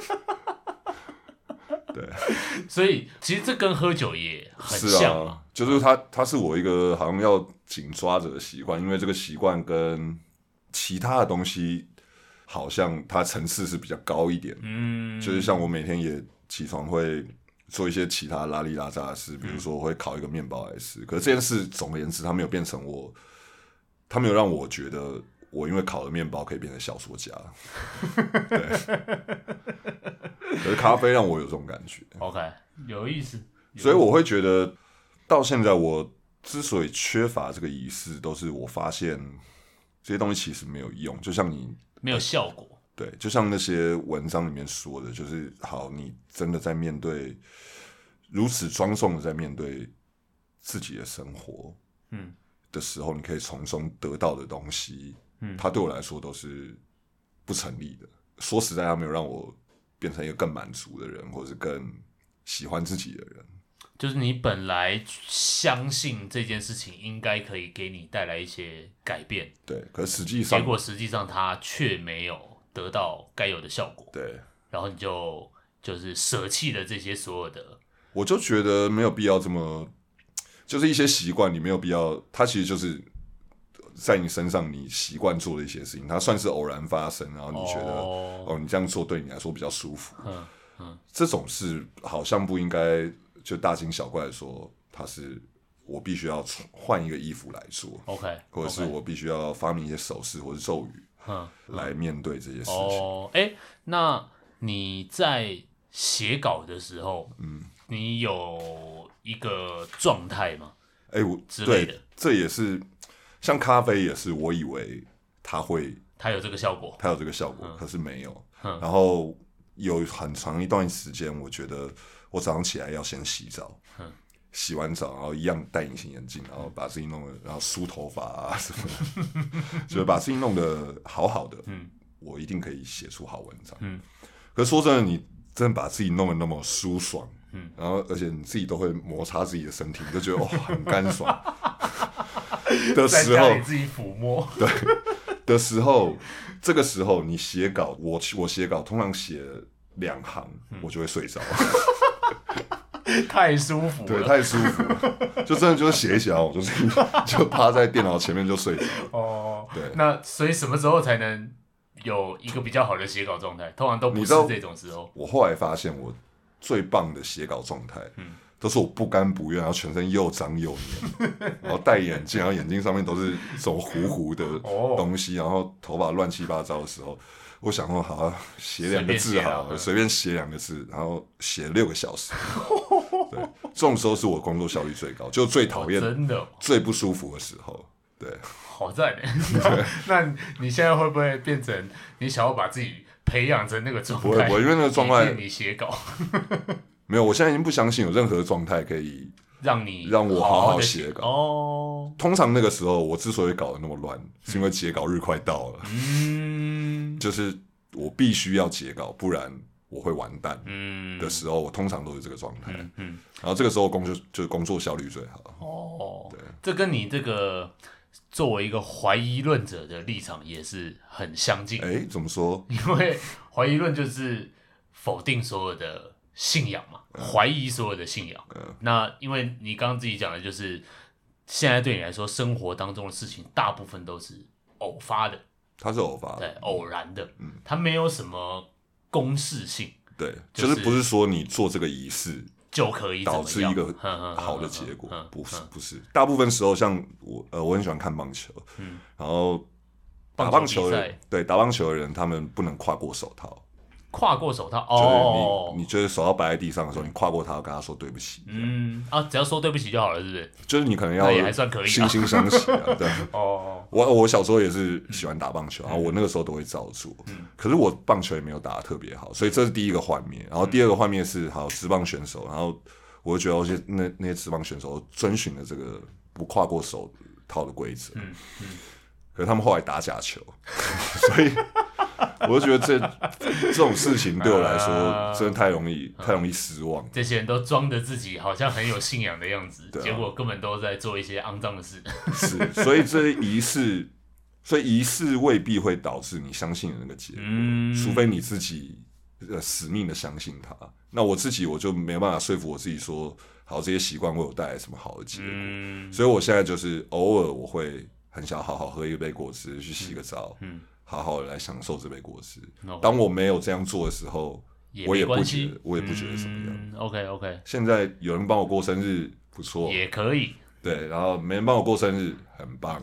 Speaker 3: 对，
Speaker 2: 所以其实这跟喝酒也很像嘛，
Speaker 3: 是啊，就是它，它是我一个好像要紧抓着的习惯，因为这个习惯跟其他的东西好像它层次是比较高一点。嗯，就是像我每天也起床会做一些其他拉里拉杂的事，比如说我会烤一个面包来吃。可是这件事总而言之，它没有变成我，它没有让我觉得我因为烤了面包可以变成小说家。对。可是咖啡让我有这种感觉。
Speaker 2: OK， 有意思。
Speaker 3: 所以我会觉得，到现在我之所以缺乏这个仪式，都是我发现这些东西其实没有用。就像你
Speaker 2: 没有效果。
Speaker 3: 对，就像那些文章里面说的，就是好，你真的在面对如此庄重的在面对自己的生活，嗯，的时候，你可以从中得到的东西，嗯，它对我来说都是不成立的。说实在，它没有让我变成一个更满足的人，或者是更喜欢自己的人。
Speaker 2: 就是你本来相信这件事情应该可以给你带来一些改变，
Speaker 3: 对，可是实际上，
Speaker 2: 结果实际上它却没有得到该有的效果，
Speaker 3: 对，
Speaker 2: 然后你就就是舍弃了这些所有的，
Speaker 3: 我就觉得没有必要这么，就是一些习惯你没有必要，它其实就是在你身上你习惯做的一些事情，它算是偶然发生，然后你觉得 哦, 哦你这样做对你来说比较舒服，嗯嗯，这种事好像不应该就大惊小怪的说它是我必须要换一个衣服来做
Speaker 2: ，OK，
Speaker 3: 或者是我必须要发明一些手势或者咒语。嗯、来面对这些事情。哦，
Speaker 2: 哎，那你在写稿的时候，嗯，你有一个状态吗？
Speaker 3: 哎，我之类的，这也是像咖啡也是，我以为它会，
Speaker 2: 它有这个效果，
Speaker 3: 它有这个效果，嗯、可是没有。嗯、然后有很长一段时间，我觉得我早上起来要先洗澡。嗯，洗完澡，然后一样戴隐形眼镜，然后把自己弄得，然后梳头发啊什么的，就是把自己弄得好好的，嗯，我一定可以写出好文章。嗯，可是说真的，你真的把自己弄得那么舒爽，嗯，然后而且你自己都会摩擦自己的身体，你就觉得哦很干爽的时候，
Speaker 2: 在家里自己抚摸，
Speaker 3: 对的时候，这个时候你写稿，我我写稿通常写两行，嗯、我就会睡着。
Speaker 2: 太舒服了，
Speaker 3: 对，太舒服了，就真的就是写一写，我就是就趴在电脑前面就睡着了。哦，对，
Speaker 2: 那所以什么时候才能有一个比较好的写稿状态？通常都不是这种时候。
Speaker 3: 我后来发现，我最棒的写稿状态，嗯，都是我不甘不愿，然后全身又脏又黏，然后戴眼镜，然后眼睛上面都是这种糊糊的东西，然后头发乱七八糟的时候。我想说，好写两个字好了，随便写两个字，然后写六个小时。对，这种时候是我工作效率最高，就最讨厌、
Speaker 2: 真的
Speaker 3: 最不舒服的时候。对，
Speaker 2: 好赞那那你现在会不会变成你想要把自己培养成那个状态？
Speaker 3: 不会，不会，因为那个状态
Speaker 2: 你写稿
Speaker 3: 没有。我现在已经不相信有任何状态可以
Speaker 2: 让你
Speaker 3: 让我好好写稿。
Speaker 2: 哦，
Speaker 3: 通常那个时候我之所以搞得那么乱，是因为截稿日快到了。嗯，就是我必须要截稿，不然我会完蛋。嗯，的时候我通常都是这个状态。嗯, 嗯，然后这个时候工作就是工作效率最好。
Speaker 2: 哦，对，这跟你这个作为一个怀疑论者的立场也是很相近。
Speaker 3: 哎，怎么说？
Speaker 2: 因为怀疑论就是否定所有的信仰嘛，怀疑所有的信仰。嗯、那因为你刚刚自己讲的就是，现在对你来说，生活当中的事情大部分都是偶发的。
Speaker 3: 它是偶发的，
Speaker 2: 对，偶然的。嗯，它没有什么公式性。
Speaker 3: 对，就是不是说你做这个仪式
Speaker 2: 就可以
Speaker 3: 导致一个好的结果，不是不是。大部分时候像我呃，我很喜欢看棒球，嗯，然后打棒球的对打棒球的人，他们不能跨过手套。
Speaker 2: 跨过手套，
Speaker 3: 哦，就是你，你就是手套摆在地上的时候，你跨过它，跟他说对不起。
Speaker 2: 嗯啊，只要说对不起就好了，是不是？
Speaker 3: 就是你可能要
Speaker 2: 也还算可以，
Speaker 3: 惺惺相惜啊。对，
Speaker 2: 哦，
Speaker 3: 我我小时候也是喜欢打棒球，然后我那个时候都会照做。嗯，可是我棒球也没有打得特别好，所以这是第一个幻灭。然后第二个幻灭是，好职棒选手，然后我就觉得那那些职棒选手遵循了这个不跨过手套的规则。嗯嗯，可是他们后来打假球，所以。我就觉得这这种事情对我来说真的太容易、呃、太容易失望。
Speaker 2: 这些人都装着自己好像很有信仰的样子，啊、结果根本都在做一些肮脏的事。
Speaker 3: 是，所以这些仪式，所以仪式未必会导致你相信的那个结果，嗯、除非你自己呃死命的相信它。那我自己我就没办法说服我自己说，好，这些习惯为我带来什么好的结果。嗯、所以我现在就是偶尔我会很想好好喝一杯果汁，去洗个澡。嗯嗯好好的来享受这杯果汁。Okay. 当我没有这样做的时候，也我也不觉得，我也不觉得什么样。
Speaker 2: 嗯、OK OK。
Speaker 3: 现在有人帮我过生日，不错，
Speaker 2: 也可以。
Speaker 3: 对，然后没人帮我过生日，很棒。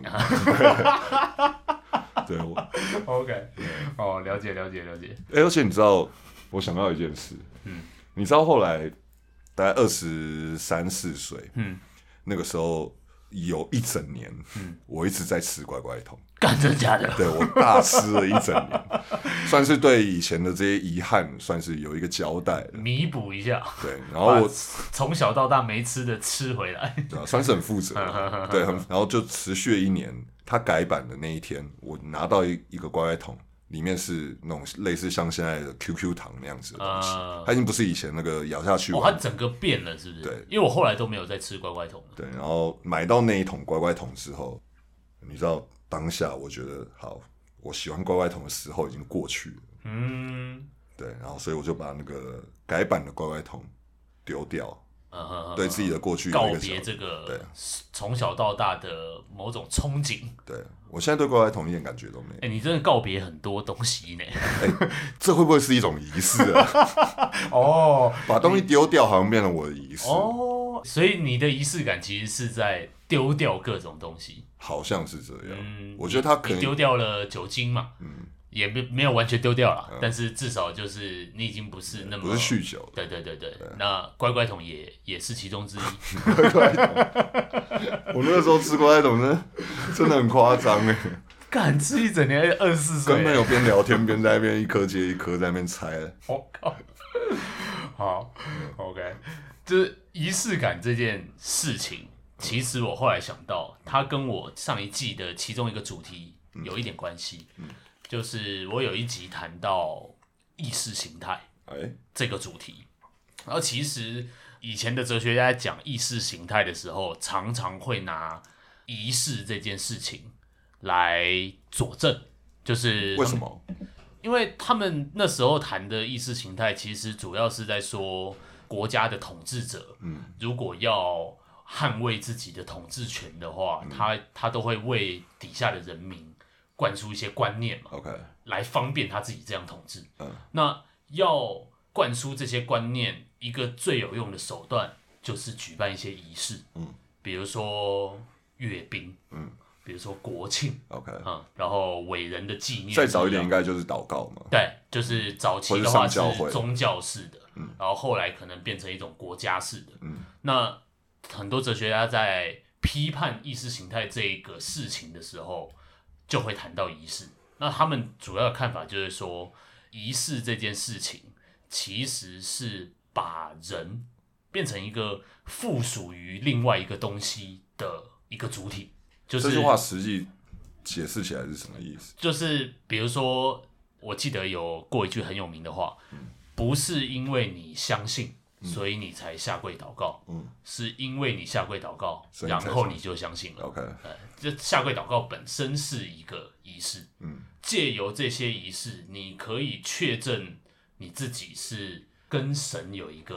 Speaker 3: 对，我
Speaker 2: OK。哦，了解了解了解。
Speaker 3: 哎、欸，而且你知道，我想到一件事，嗯，你知道后来大概二十三四岁，嗯，那个时候有一整年，嗯，我一直在吃乖乖桶。
Speaker 2: 干真假的？
Speaker 3: 对，我大吃了一整年，算是对以前的这些遗憾，算是有一个交代，
Speaker 2: 弥补一下。
Speaker 3: 对，然后我
Speaker 2: 从小到大没吃的吃回来，
Speaker 3: 对啊，算是很负责。对，然后就持续了一年。他改版的那一天，我拿到一一个乖乖桶，里面是那种类似像现在的 Q Q 糖那样子的东西，呃、它已经不是以前那个咬下去。
Speaker 2: 哦，它整个变了，是不是？
Speaker 3: 对，
Speaker 2: 因为我后来都没有再吃乖乖桶。
Speaker 3: 对，然后买到那一桶乖乖桶之后，你知道。当下我觉得好，我喜欢乖乖桶的时候已经过去了。嗯，对，然后所以我就把那个改版的乖乖桶丢掉，嗯、对自己的过去
Speaker 2: 告别这个对从小到大的某种憧憬。
Speaker 3: 对我现在对乖乖桶一点感觉都没有。
Speaker 2: 哎、欸，你真的告别很多东西呢。
Speaker 3: 哎、欸，这会不会是一种仪式啊？
Speaker 2: 哦，
Speaker 3: 把东西丢掉好像变成我的仪式。
Speaker 2: 哦，所以你的仪式感其实是在丢掉各种东西。
Speaker 3: 好像是这样，嗯、我觉得他可能
Speaker 2: 丢掉了酒精嘛，嗯，也没没有完全丢掉了，嗯、但是至少就是你已经不是那么
Speaker 3: 不是酗酒，
Speaker 2: 对对对 对, 對，那乖乖桶也也是其中之一。
Speaker 3: 乖乖桶，我那个时候吃乖乖桶真的真的很夸张哎，
Speaker 2: 敢吃一整年，二十四岁，
Speaker 3: 跟朋友边聊天边在那边一颗接一颗在那边拆。
Speaker 2: 我靠，好 ，OK， 就是仪式感这件事情。其实我后来想到，它跟我上一季的其中一个主题有一点关系，嗯嗯、就是我有一集谈到意识形态这个主题，然后其实以前的哲学家在讲意识形态的时候，常常会拿仪式这件事情来佐证，就是
Speaker 3: 为什么？
Speaker 2: 因为他们那时候谈的意识形态，其实主要是在说国家的统治者，嗯、如果要捍卫自己的统治权的话，嗯、他他都会为底下的人民灌输一些观念嘛
Speaker 3: ，OK，
Speaker 2: 来方便他自己这样统治。嗯、那要灌输这些观念，一个最有用的手段就是举办一些仪式，嗯，比如说阅兵，嗯，比如说国庆
Speaker 3: ，OK，
Speaker 2: 嗯，然后伟人的纪念。
Speaker 3: 再早一点应该就是祷告嘛，
Speaker 2: 对，就是早期的话是宗教式的，嗯，然后后来可能变成一种国家式的，嗯，那。很多哲学家在批判意识形态这个事情的时候，就会谈到仪式。那他们主要的看法就是说，仪式这件事情其实是把人变成一个附属于另外一个东西的一个主体。就是
Speaker 3: 这句话实际解释起来是什么意思？
Speaker 2: 就是比如说，我记得有过一句很有名的话，嗯、不是因为你相信。所以你才下跪祷告，嗯，是因为你下跪祷告，然后你就相信了。
Speaker 3: OK，
Speaker 2: 这下跪祷告本身是一个仪式，嗯，借由这些儀式，你可以確證你自己是跟神有一個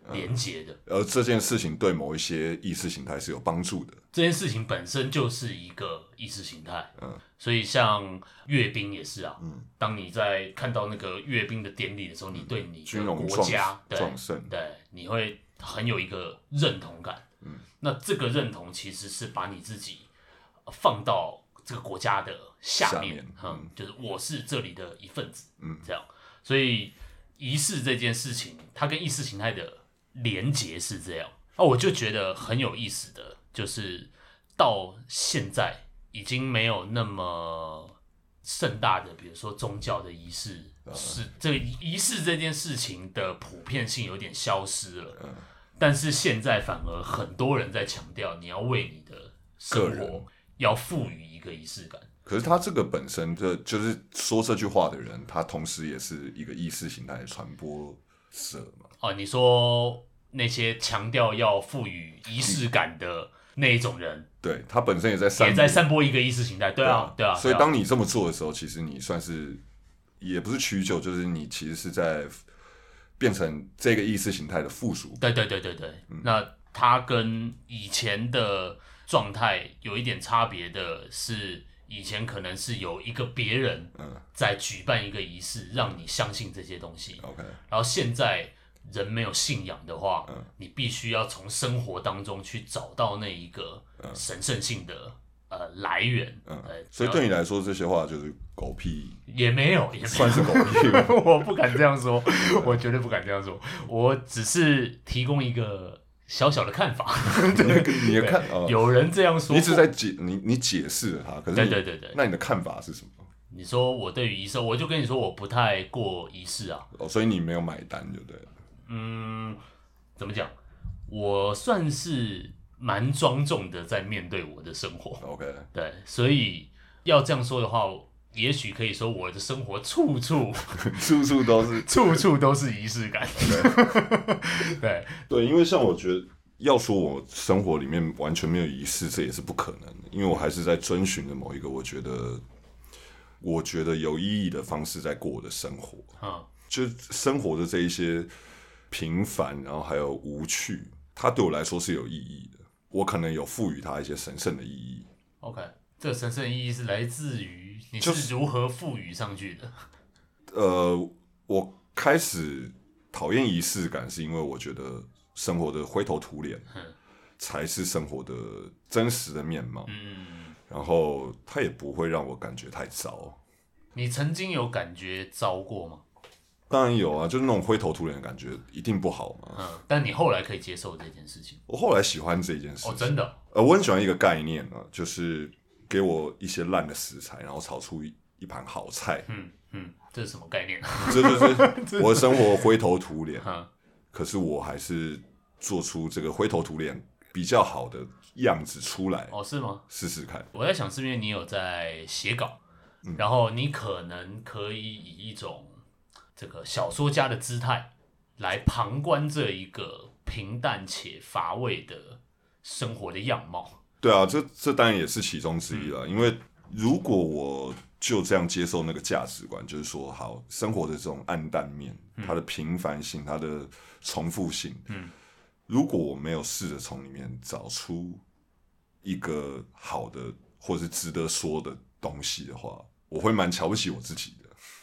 Speaker 2: 连结的、
Speaker 3: 嗯，而这件事情对某一些意识形态是有帮助的。
Speaker 2: 这件事情本身就是一个意识形态，嗯，所以像阅兵也是啊，嗯，当你在看到那个阅兵的典礼的时候，嗯、你对你的国家，对对，你会很有一个认同感，嗯，那这个认同其实是把你自己放到这个国家的下面，下面嗯，就是我是这里的一份子，嗯，这样，所以仪式这件事情，它跟意识形态的连结是这样，那我就觉得很有意思的。就是到现在已经没有那么盛大的，比如说宗教的仪式，是这个仪式这件事情的普遍性有点消失了。但是现在反而很多人在强调，你要为你的生活要赋予一个仪式感。
Speaker 3: 可是他这个本身的就是说这句话的人，他同时也是一个意识形态的传播者嘛？
Speaker 2: 哦，你说那些强调要赋予仪式感的那一种人，
Speaker 3: 对，他本身也在散
Speaker 2: 也在散播一个意识形态，对啊，对啊。
Speaker 3: 所以当你这么做的时候，其实你算是也不是屈就，就是你其实是在变成这个意识形态的附属。
Speaker 2: 对对对对对，嗯、那他跟以前的状态有一点差别的是，以前可能是有一个别人在举办一个仪式，让你相信这些东西。
Speaker 3: OK，
Speaker 2: 然后现在。人没有信仰的话，嗯、你必须要从生活当中去找到那一个神圣性的、嗯、呃来源。嗯，
Speaker 3: 所以对你来说，这些话就是狗屁，
Speaker 2: 也没有，也没有
Speaker 3: 算是狗屁。
Speaker 2: 我不敢这样说，我绝对不敢这样说。我只是提供一个小小的看法。
Speaker 3: 你的看，哦、
Speaker 2: 有人这样说，
Speaker 3: 你只在解你你解释了它，可是
Speaker 2: 对对对对，
Speaker 3: 那你的看法是什么？
Speaker 2: 你说我对于仪式，我就跟你说我不太过仪式啊。
Speaker 3: 哦，所以你没有买单，就对了。
Speaker 2: 嗯，怎么讲？我算是蛮庄重的在面对我的生活。
Speaker 3: OK，
Speaker 2: 对，所以要这样说的话，也许可以说我的生活处处
Speaker 3: 处处都是
Speaker 2: 处处都是仪式感。对
Speaker 3: 对，因为像我觉得，要说我生活里面完全没有仪式，这也是不可能的，因为我还是在遵循着某一个我觉得我觉得有意义的方式在过我的生活。嗯，就生活的这一些。平凡，然后还有无趣，它对我来说是有意义的。我可能有赋予它一些神圣的意义。
Speaker 2: OK， 这个神圣的意义是来自于你是如何赋予上去的？
Speaker 3: 呃，我开始讨厌仪式感，是因为我觉得生活的灰头土脸才是生活的真实的面貌。嗯，然后它也不会让我感觉太糟。
Speaker 2: 你曾经有感觉糟过吗？
Speaker 3: 当然有啊，就是那种灰头土脸的感觉，一定不好嘛。
Speaker 2: 嗯，但你后来可以接受这件事情。
Speaker 3: 我后来喜欢这件事情。
Speaker 2: 哦，真的。
Speaker 3: 呃，我很喜欢一个概念啊，就是给我一些烂的食材，然后炒出一一盘好菜。
Speaker 2: 嗯嗯，这是什么概念？
Speaker 3: 这就是我的生活灰头土脸，可是我还是做出这个灰头土脸比较好的样子出来。
Speaker 2: 哦，是吗？
Speaker 3: 试试看。
Speaker 2: 我在想，是因为你有在写稿，嗯、然后你可能可以以一种。这个小说家的姿态来旁观这一个平淡且乏味的生活的样貌。
Speaker 3: 对啊，这这当然也是其中之一了。因为如果我就这样接受那个价值观，就是说，好，生活的这种暗淡面，它的平凡性，它的重复性，嗯，如果我没有试着从里面找出一个好的或是值得说的东西的话，我会蛮瞧不起我自己的。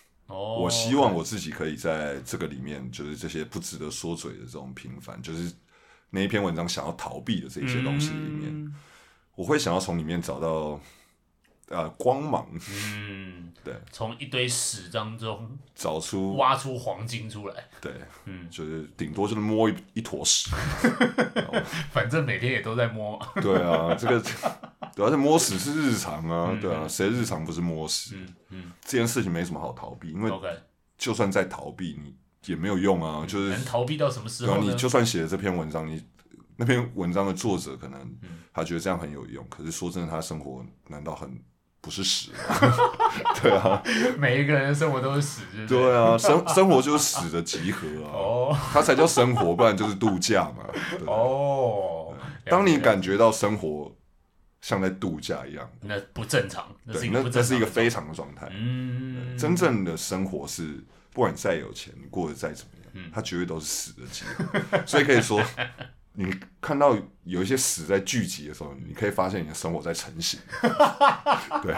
Speaker 2: Oh,
Speaker 3: 我希望我自己可以在这个里面，就是这些不值得说嘴的这种平凡，就是那一篇文章想要逃避的这些东西里面，嗯、我会想要从里面找到呃光芒。嗯，对，
Speaker 2: 从一堆屎当中
Speaker 3: 找出
Speaker 2: 挖出黄金出来。
Speaker 3: 对，嗯，就是顶多就是摸一一坨屎，
Speaker 2: 反正每天也都在摸。
Speaker 3: 对啊，这个。对啊，这摸屎是日常啊，嗯、对啊，谁日常不是摸屎？嗯嗯，这件事情没什么好逃避，因为就算再逃避，你也没有用啊。就是
Speaker 2: 能逃避到什么时候呢？
Speaker 3: 你就算写了这篇文章，你那篇文章的作者可能他觉得这样很有用，可是说真的，他生活难道很不是屎吗？对啊，
Speaker 2: 每一个人的生活都是屎，是不是？
Speaker 3: 对啊，生生活就是屎的集合啊，哦，它才叫生活，不然就是度假嘛。哦，当你感觉到生活像在度假一样，
Speaker 2: 那不正常，那是一个
Speaker 3: 对，那这是一个非常的状态。嗯，真正的生活是不管你再有钱，你过得再怎么样，嗯、它绝对都是死的机会。所以可以说，你看到有一些死在聚集的时候，你可以发现你的生活在成型。对。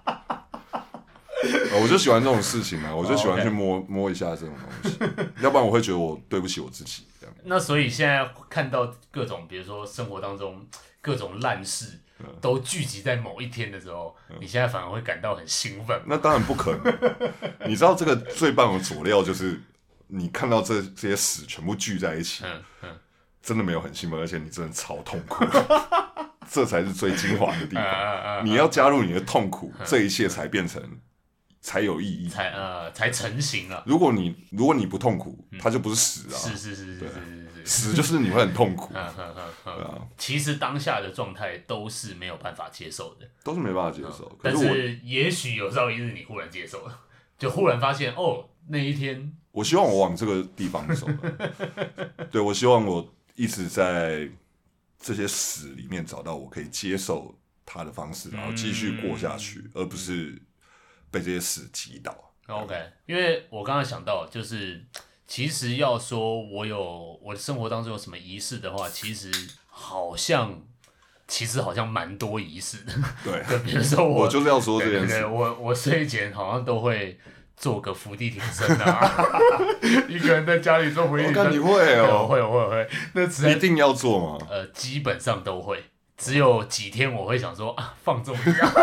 Speaker 3: 我就喜欢这种事情啊，我就喜欢去摸、oh, okay. 摸一下这种东西，要不然我会觉得我对不起我自己这样。
Speaker 2: 那所以现在看到各种，比如说生活当中各种烂事都聚集在某一天的时候，嗯、你现在反而会感到很兴奋。
Speaker 3: 那当然不可能，你知道这个最棒的佐料就是你看到这这些屎全部聚在一起，嗯嗯、真的没有很兴奋，而且你真的超痛苦。这才是最精华的地方。uh, uh, uh, 你要加入你的痛苦， uh, 这一切才变成。才有意义，
Speaker 2: 才呃才成型了。
Speaker 3: 如果你如果你不痛苦，嗯、它就不是屎啊。
Speaker 2: 是是是是是是是，
Speaker 3: 屎就是你会很痛苦。
Speaker 2: 嗯嗯嗯嗯啊、其实当下的状态都是没有办法接受的，
Speaker 3: 都是没办法接受。
Speaker 2: 嗯、但是也许有朝一日你忽然接受了，就忽然发现哦，那一天，
Speaker 3: 我希望我往这个地方走。对，我希望我一直在这些屎里面找到我可以接受它的方式，然后继续过下去，嗯、而不是。被这些事击倒。
Speaker 2: OK， 因为我刚刚想到，就是其实要说我有我的生活当中有什么仪式的话，其实好像其实好像蛮多仪式的。
Speaker 3: 对，
Speaker 2: 就比如说我，
Speaker 3: 我就是要说这件事。
Speaker 2: 对对对，我我睡前好像都会做个伏地挺身啊，一个人在家里做伏地挺身。
Speaker 3: 我看你会哦，
Speaker 2: 我会我会我会，那只
Speaker 3: 一定要做吗？
Speaker 2: 呃，基本上都会，只有几天我会想说啊，放纵一下。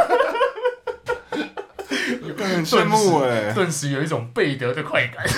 Speaker 3: 很羡慕哎，
Speaker 2: 顿时有一种背德的快感。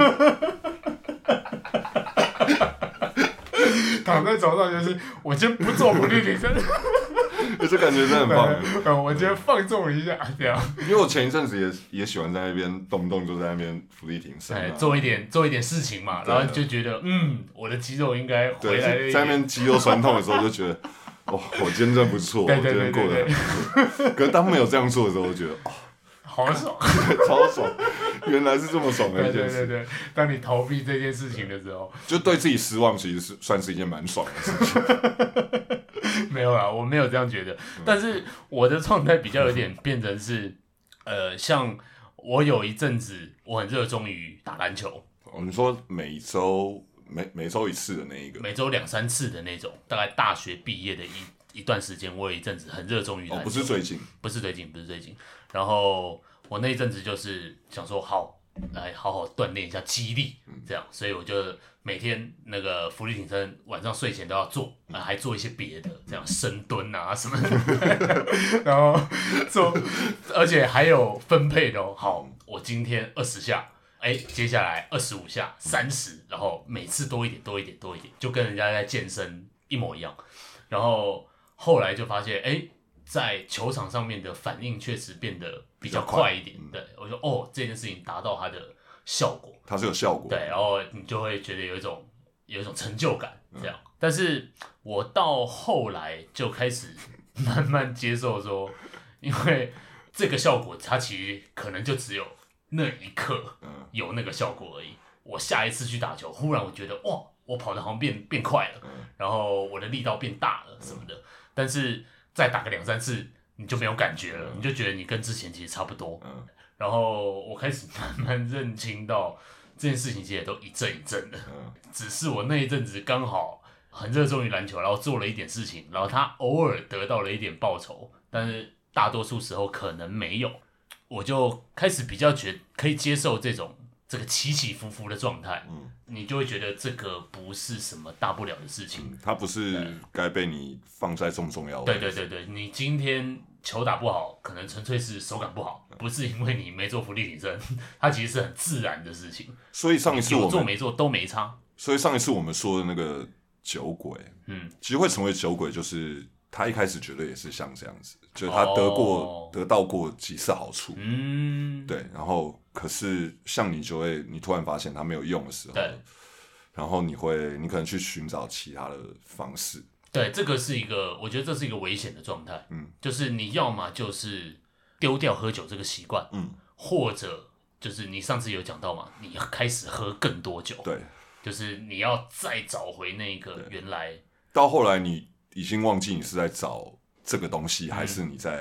Speaker 2: 躺在床上就是，我今天不做伏地挺身，
Speaker 3: 这感觉真的很棒。
Speaker 2: 嗯，我今天放纵一下，这样。
Speaker 3: 因为我前一阵子也也喜欢在那边动不动就在那边伏地挺身、啊，
Speaker 2: 做一点做一点事情嘛，然后就觉得嗯，我的肌肉应该回来了。
Speaker 3: 在那边肌肉酸痛的时候就觉得，哦，我今天真不错，
Speaker 2: 对对
Speaker 3: 对对对对，我今天过得很好。可是当没有这样做的时候，我就觉得哦。
Speaker 2: 好爽，
Speaker 3: 超爽！原来是这么爽的一件事。
Speaker 2: 对对对对，当你逃避这件事情的时候，
Speaker 3: 就对自己失望，其实是算是一件蛮爽的事
Speaker 2: 情。没有啦，我没有这样觉得。嗯、但是我的状态比较有点变成是，呃，像我有一阵子我很热衷于打篮球。
Speaker 3: 哦，你说每周每每周一次的那一个，
Speaker 2: 每周两三次的那种，大概大学毕业的一一段时间，我有一阵子很热衷于篮球。
Speaker 3: 哦，不是最近，
Speaker 2: 不是最近，不是最近。然后我那一阵子就是想说，好，来好好锻炼一下肌力，这样，所以我就每天那个伏地挺身，晚上睡前都要做，还做一些别的，这样深蹲啊什么的，然后做，而且还有分配的哦。好，我今天二十下，哎，接下来二十五下，三十，然后每次多一点，多一点，多一点，就跟人家在健身一模一样。然后后来就发现，哎。在球场上面的反应确实变得比较快一点，嗯、对我说哦，这件事情达到它的效果，
Speaker 3: 它是有效果，
Speaker 2: 对，然后你就会觉得有一种有一种成就感，这样。嗯、但是我到后来就开始慢慢接受说，因为这个效果它其实可能就只有那一刻有那个效果而已。我下一次去打球，忽然我觉得哇，我跑得好像变变快了，嗯、然后我的力道变大了什么的，但是。再打个两三次，你就没有感觉了，嗯、你就觉得你跟之前其实差不多。嗯、然后我开始慢慢认清到这件事情其实也都一阵一阵的，嗯、只是我那一阵子刚好很热衷于篮球，然后做了一点事情，然后他偶尔得到了一点报酬，但是大多数时候可能没有，我就开始比较觉可以接受这种这个起起伏伏的状态。嗯你就会觉得这个不是什么大不了的事情，
Speaker 3: 嗯、它不是该被你放在重重要的。
Speaker 2: 对对对对，你今天球打不好，可能纯粹是手感不好，不是因为你没做伏地挺身，它其实是很自然的事情。
Speaker 3: 所以上一次我们
Speaker 2: 有做没做都没差。
Speaker 3: 所以上一次我们说的那个酒鬼，嗯，其实会成为酒鬼，就是他一开始绝对也是像这样子，就是他得过、哦、得到过几次好处，嗯，对，然后。可是像你就会，你突然发现它没有用的时候，然后你会，你可能去寻找其他的方式。
Speaker 2: 对，这个是一个，我觉得这是一个危险的状态。嗯，就是你要么就是丢掉喝酒这个习惯，嗯，或者就是你上次有讲到嘛，你要开始喝更多酒，
Speaker 3: 对，
Speaker 2: 就是你要再找回那个原来。
Speaker 3: 到后来你已经忘记你是在找这个东西，嗯、还是你在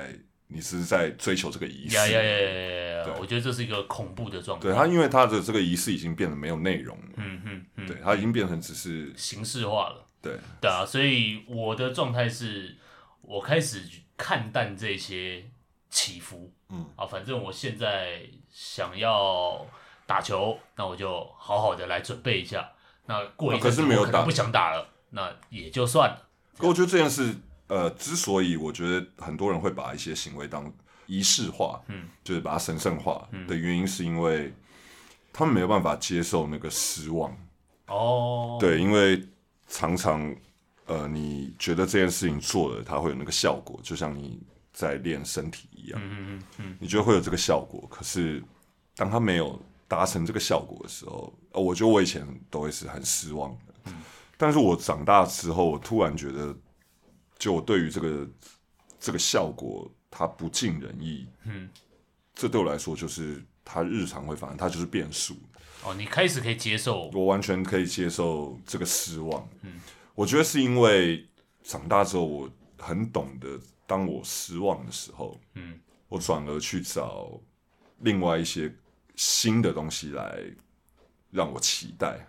Speaker 3: 你是在追求这个仪式。
Speaker 2: 呀呀呀呀呀！我觉得这是一个恐怖的状态。
Speaker 3: 对他，因为他的这个仪式已经变得没有内容了。
Speaker 2: 嗯嗯嗯，
Speaker 3: 对，他已经变成只是
Speaker 2: 形式化了。
Speaker 3: 对
Speaker 2: 对啊，所以我的状态是，我开始看淡这些起伏。嗯啊，反正我现在想要打球，那我就好好的来准备一下。那过一阵子我可能不想打了，那也就算了。
Speaker 3: 可我觉得这件事，呃，之所以我觉得很多人会把一些行为当仪式化，嗯，就是把它神圣化的原因，是因为他们没有办法接受那个失望。哦，对，因为常常，呃，你觉得这件事情做了，它会有那个效果，就像你在练身体一样，嗯嗯嗯，你觉得会有这个效果，可是当他没有达成这个效果的时候，呃，我觉得我以前都会是很失望的。嗯，但是我长大之后，我突然觉得，就我对于这个这个效果，它不尽人意。嗯，这对我来说就是它日常会发生，它就是变数。
Speaker 2: 哦，你开始可以接受，
Speaker 3: 我完全可以接受这个失望。嗯，我觉得是因为长大之后，我很懂得，当我失望的时候，嗯，我转而去找另外一些新的东西来让我期待，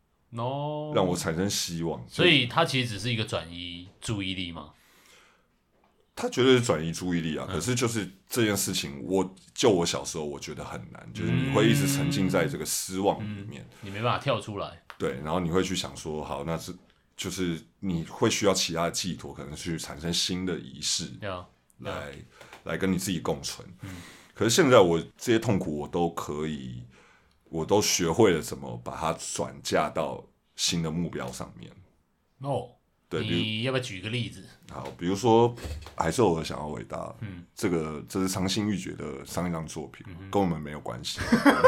Speaker 2: no，
Speaker 3: 让我产生希望。
Speaker 2: 所以它其实只是一个转移注意力吗？
Speaker 3: 它绝对是转移注意力啊！嗯、可是就是这件事情，我就我小时候我觉得很难，就是你会一直沉浸在这个失望里面，
Speaker 2: 嗯、你没办法跳出来。
Speaker 3: 对，然后你会去想说，好，那是就是你会需要其他的寄托，可能去产生新的仪式，
Speaker 2: yeah,
Speaker 3: 来 yeah. 来跟你自己共存。嗯，可是现在我这些痛苦，我都可以，我都学会了怎么把它转嫁到新的目标上面。
Speaker 2: 哦。对，你要不要举一个例子？
Speaker 3: 好，比如说，还是我想要伟大，嗯，这个这是长信玉珏的上一张作品，嗯、跟我们没有关系。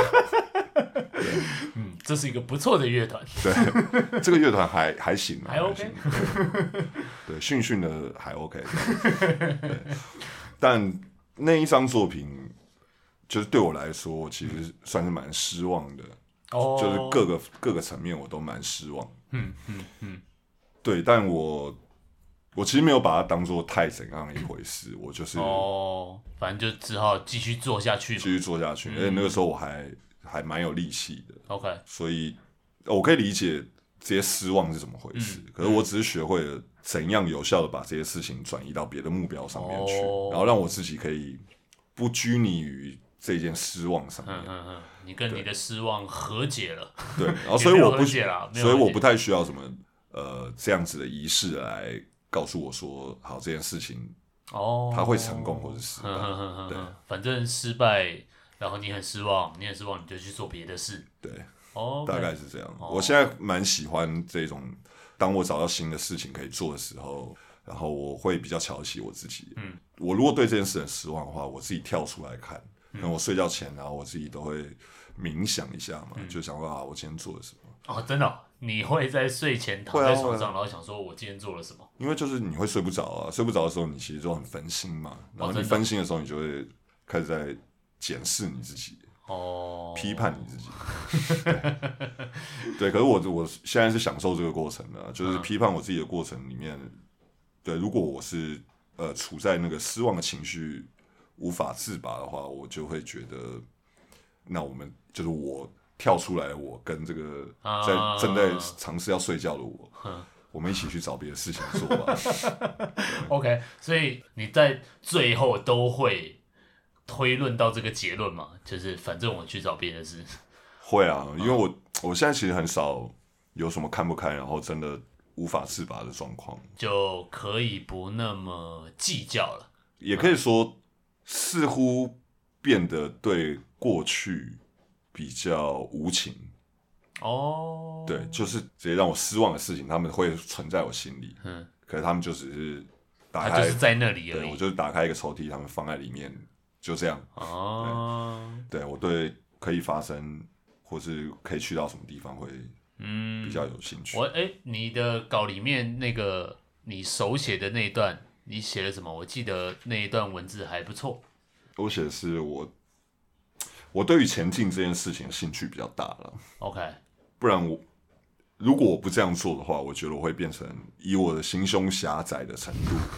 Speaker 2: 嗯，这是一个不错的乐团。
Speaker 3: 对，这个乐团还还行、啊，
Speaker 2: 还 OK。
Speaker 3: 对，训训的还 OK。对，但那一张作品，就是对我来说，其实算是蛮失望的。哦，就是各个各个层面我都蛮失望。嗯嗯嗯。对，但我我其实没有把它当做太怎样的一回事，我就是
Speaker 2: 哦，反正就只好继续做下去，
Speaker 3: 继续做下去。嗯、而且那个时候我还还蛮有力气的
Speaker 2: ，OK，
Speaker 3: 所以我可以理解这些失望是怎么回事。嗯、可是我只是学会了怎样有效的把这些事情转移到别的目标上面去，哦、然后让我自己可以不拘泥于这件失望上面。
Speaker 2: 嗯嗯嗯，你跟你的失望和解了，
Speaker 3: 对，然后所以我不，所以我不太需要什么。呃，这样子的仪式来告诉我说，好，这件事情哦，它会成功或者失败。呵呵呵呵对，
Speaker 2: 反正失败，然后你很失望，你很失望，你就去做别的事。
Speaker 3: 对，哦，大概是这样。哦、我现在蛮喜欢这种，当我找到新的事情可以做的时候，然后我会比较瞧得起我自己。嗯，我如果对这件事很失望的话，我自己跳出来看，可能我睡觉前，然后我自己都会冥想一下嘛，嗯、就想说啊，我今天做了什么。
Speaker 2: 哦，真的、哦，你会在睡前躺在床上，啊、然后想说我今天做了什么？
Speaker 3: 因为就是你会睡不着啊，睡不着的时候，你其实就很分心嘛。然后你分心的时候，你就会开始在检视你自己，哦，批判你自己。对, 对，可是我我现在是享受这个过程的，就是批判我自己的过程里面，对，如果我是呃处在那个失望的情绪无法自拔的话，我就会觉得，那我们就是我。跳出来，我跟这个在正在尝试要睡觉的我，啊、我们一起去找别的事情做吧。
Speaker 2: OK， 所以你在最后都会推论到这个结论嘛？就是反正我去找别的事。
Speaker 3: 会啊，因为我、嗯、我现在其实很少有什么看不开，然后真的无法自拔的状况，
Speaker 2: 就可以不那么计较了。
Speaker 3: 也可以说，似乎变得对过去。比较无情哦，对，就是直接让我失望的事情，他们会存在我心里。嗯，可是他们就只是打开，
Speaker 2: 就是在那里而已。
Speaker 3: 对，我就是打开一个抽屉，他们放在里面，就这样。哦，对，对我对可以发生或是可以去到什么地方会嗯比较有兴趣。
Speaker 2: 我哎、欸，你的稿里面那个你手写的那一段，你写了什么？我记得那一段文字还不错。
Speaker 3: 我写的是我。我对于前进这件事情的兴趣比较大了
Speaker 2: ，OK，
Speaker 3: 不然我如果我不这样做的话，我觉得我会变成以我的心胸狭窄的程度，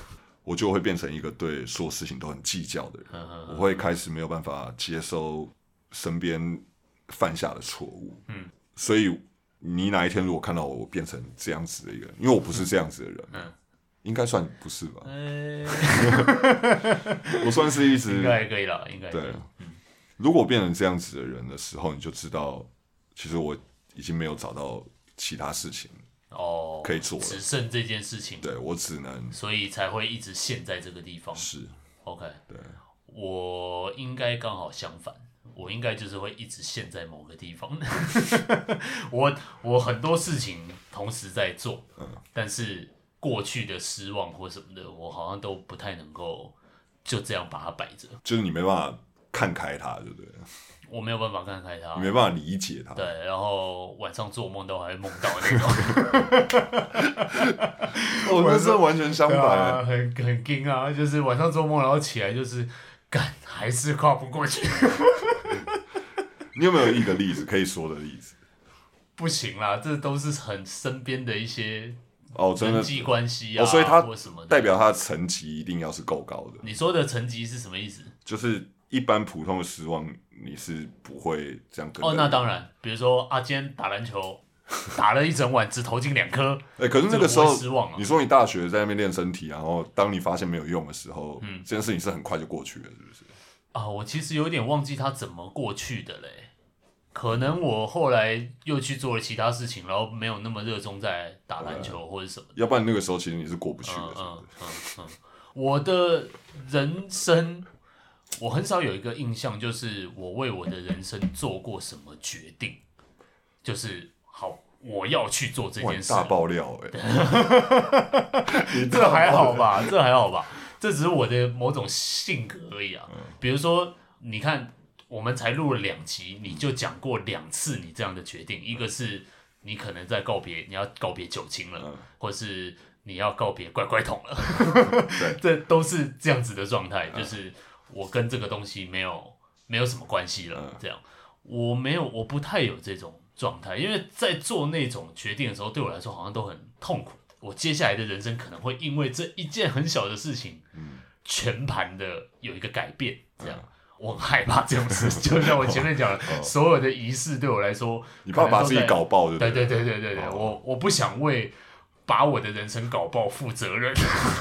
Speaker 3: 我就会变成一个对所有事情都很计较的人，嗯嗯嗯，我会开始没有办法接受身边犯下的错误，嗯，所以你哪一天如果看到我变成这样子的一个人，因为我不是这样子的人，嗯，应该算不是吧？欸、我算是一直
Speaker 2: 应该可以了，应该可以。对，
Speaker 3: 嗯，如果变成这样子的人的时候，你就知道，其实我已经没有找到其他事情。
Speaker 2: 哦，
Speaker 3: 可以做了，
Speaker 2: 只剩这件事情，
Speaker 3: 对我只能，
Speaker 2: 所以才会一直陷在这个地方。
Speaker 3: 是
Speaker 2: ，OK，
Speaker 3: 对，
Speaker 2: 我应该刚好相反，我应该就是会一直陷在某个地方。我我很多事情同时在做，嗯，但是过去的失望或什么的，我好像都不太能够就这样把它摆着，
Speaker 3: 就是你没办法看开它，对不对？
Speaker 2: 我没有办法看开它，
Speaker 3: 你没办法理解它。
Speaker 2: 对，然后晚上做梦都还会梦到那种。
Speaker 3: 我那是完全相反，
Speaker 2: 啊、很很惊啊！就是晚上做梦，然后起来就是干，还是跨不过去。
Speaker 3: 你有没有一个例子可以说的例子？
Speaker 2: 不行啦，这都是很身边的一些
Speaker 3: 哦，真的
Speaker 2: 人际关系啊，
Speaker 3: 哦，所以他
Speaker 2: 或什么的，
Speaker 3: 代表他的层级一定要是够高的。
Speaker 2: 你说的层级是什么意思？
Speaker 3: 就是一般普通的失望，你是不会这样跟
Speaker 2: 哦，那当然，比如说啊，今天打篮球打了一整晚，只投进两颗，
Speaker 3: 哎、欸，可是那个时候
Speaker 2: 失望、啊。
Speaker 3: 你说你大学在那边练身体，然后当你发现没有用的时候，嗯，这件事情是很快就过去了，是不是？
Speaker 2: 啊，我其实有点忘记他怎么过去的嘞。可能我后来又去做了其他事情，然后没有那么热衷在打篮球或者什么的。
Speaker 3: 要不然那个时候其实你是过不去的。
Speaker 2: 嗯嗯嗯嗯，我的人生。我很少有一个印象，就是我为我的人生做过什么决定，就是好，我要去做这件事。
Speaker 3: 大爆料哎、
Speaker 2: 欸，这还好吧？这还好吧？这只是我的某种性格而已啊。嗯、比如说，你看，我们才录了两集，你就讲过两次你这样的决定，一个是你可能在告别，你要告别酒精了，嗯、或是你要告别乖乖桶了，这都是这样子的状态，就是。我跟这个东西没有没有什么关系了，这样我没有我不太有这种状态，因为在做那种决定的时候，对我来说好像都很痛苦。我接下来的人生可能会因为这一件很小的事情，嗯、全盘的有一个改变，这样、嗯、我很害怕这种事。就像我前面讲的，哦、所有的仪式对我来说，
Speaker 3: 你怕把自己搞爆，对不
Speaker 2: 对？对对对对对对，哦、我我不想为把我的人生搞爆负责任。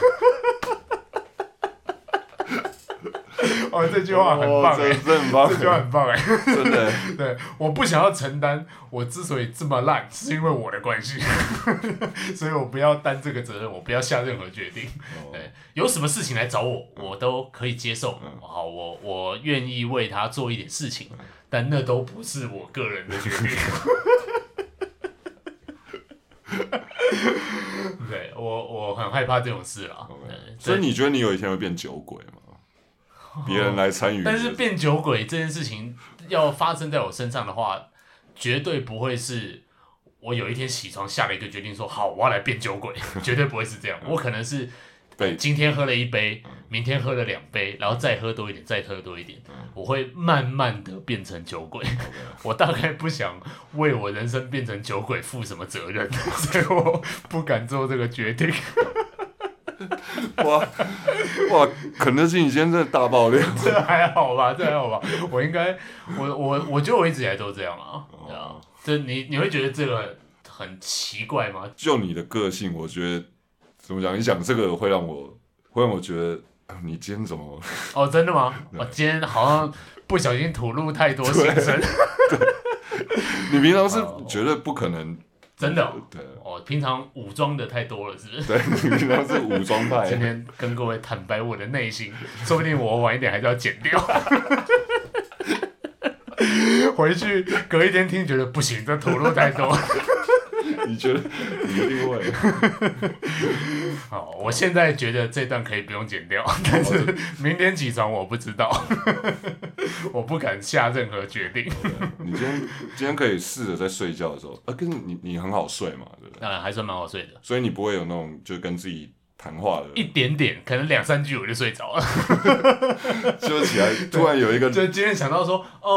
Speaker 2: 哦，这句话很棒哎、欸，
Speaker 3: 这很棒，
Speaker 2: 这句话很棒哎、欸，
Speaker 3: 真的。
Speaker 2: 对，我不想要承担，我之所以这么烂，是因为我的关系，所以我不要担这个责任，我不要下任何决定。哦、对，有什么事情来找我，我都可以接受。嗯、好，我我愿意为他做一点事情，嗯、但那都不是我个人的决定。对我，我很害怕这种事啦。
Speaker 3: Okay. 所以你觉得你有一天会变酒鬼吗？别人来参与、哦，
Speaker 2: 但是变酒鬼这件事情要发生在我身上的话，绝对不会是我有一天起床下了一个决定说好我要来变酒鬼，绝对不会是这样。我可能是今天喝了一杯，明天喝了两杯，然后再喝多一点，再喝多一点，我会慢慢的变成酒鬼。我大概不想为我人生变成酒鬼负什么责任，所以我不敢做这个决定。
Speaker 3: 哇哇！肯德基，你今天真的大爆料。
Speaker 2: 这还好吧？这还好吧？我应该，我我我觉得我一直以来都这样啊。对啊，这你你会觉得这个很奇怪吗？
Speaker 3: 就你的个性，我觉得怎么讲？你讲这个会让我会让我觉得，你今天怎么？
Speaker 2: 哦，真的吗？我今天好像不小心吐露太多心声。
Speaker 3: 你平常是绝对不可能。
Speaker 2: 真的、哦，
Speaker 3: 对
Speaker 2: 哦，平常武装的太多了，是不是？
Speaker 3: 对，你平常是武装派。
Speaker 2: 今天跟各位坦白我的内心，说不定我晚一点还是要剪掉。回去隔一天听，觉得不行，这吐露太多。
Speaker 3: 你觉得？你一定会。
Speaker 2: 好，我现在觉得这段可以不用剪掉，但是明天起床我不知道，我不敢下任何决定。
Speaker 3: 你今天今天可以试着在睡觉的时候，呃，跟你你很好睡嘛，对不对？
Speaker 2: 当然还算蛮好睡的，
Speaker 3: 所以你不会有那种就跟自己谈话的，
Speaker 2: 一点点，可能两三句我就睡着了，
Speaker 3: 就起来突然有一个，
Speaker 2: 就今天想到说，哦。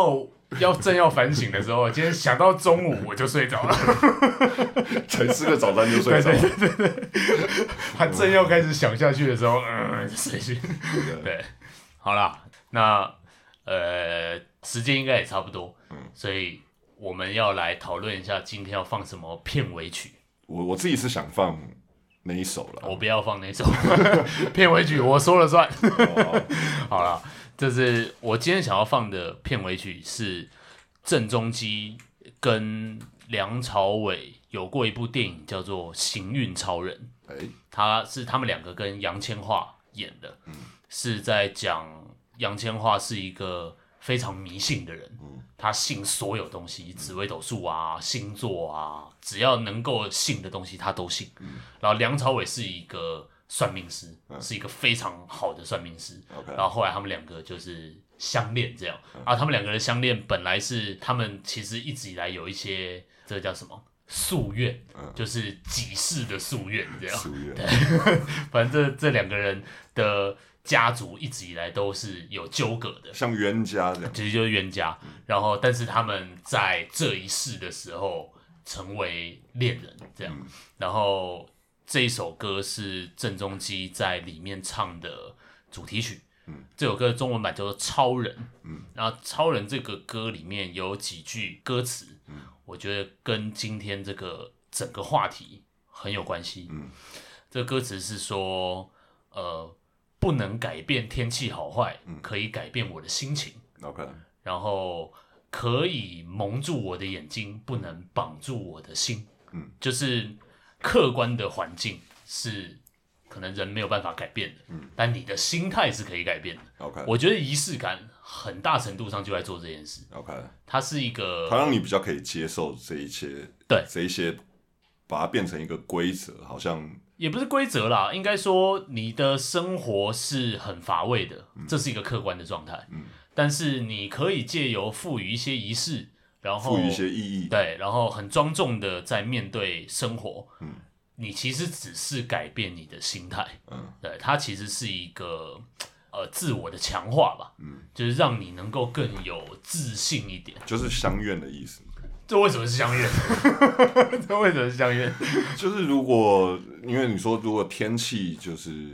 Speaker 2: 要正要反省的时候，今天想到中午我就睡着了，
Speaker 3: 才吃个早餐就睡着了。
Speaker 2: 对对对对，他正要开始想下去的时候，嗯，睡去。对，好啦，那呃，时间应该也差不多，嗯，所以我们要来讨论一下今天要放什么片尾曲。
Speaker 3: 我我自己是想放那一首了，
Speaker 2: 我不要放那首片尾曲，我说了算。好啦。就是我今天想要放的片尾曲是郑中基跟梁朝伟有过一部电影叫做《行运超人》，欸，他是他们两个跟杨千嬅演的，嗯，是在讲杨千嬅是一个非常迷信的人，嗯，他信所有东西，紫微斗数啊、星座啊，只要能够信的东西他都信。嗯，然后梁朝伟是一个算命师，嗯，是一个非常好的算命师。Okay. 然后后来他们两个就是相恋这样，嗯，啊，他们两个人相恋本来是他们其实一直以来有一些这个叫什么夙愿，嗯，就是几世的夙愿这样。夙愿，对，反正这这两个人的家族一直以来都是有纠葛的，
Speaker 3: 像冤家这样，
Speaker 2: 其实就是冤家。嗯，然后，但是他们在这一世的时候成为恋人这样，嗯，然后。这一首歌是郑中基在里面唱的主题曲，嗯，这首歌的中文版叫做《超人》，嗯，然后《超人》这个歌里面有几句歌词，嗯，我觉得跟今天这个整个话题很有关系，嗯，这个歌词是说，呃，不能改变天气好坏，嗯，可以改变我的心情
Speaker 3: ，OK，
Speaker 2: 然后可以蒙住我的眼睛，不能绑住我的心，嗯，就是。客观的环境是可能人没有办法改变的，嗯，但你的心态是可以改变的。
Speaker 3: OK，
Speaker 2: 我觉得仪式感很大程度上就在做这件事。
Speaker 3: OK，
Speaker 2: 它是一个，
Speaker 3: 它让你比较可以接受这一切，
Speaker 2: 对，
Speaker 3: 这一些把它变成一个规则，好像
Speaker 2: 也不是规则啦，应该说你的生活是很乏味的，嗯，这是一个客观的状态。嗯，但是你可以借由赋予一些仪式。然后
Speaker 3: 赋予一些意义，
Speaker 2: 对，然后很庄重的在面对生活，嗯，你其实只是改变你的心态，嗯，对，它其实是一个呃自我的强化吧，嗯，就是让你能够更有自信一点，
Speaker 3: 就是相愿的意思。
Speaker 2: 这为什么是相愿？这为什么是相愿？
Speaker 3: 就是如果因为你说如果天气就是，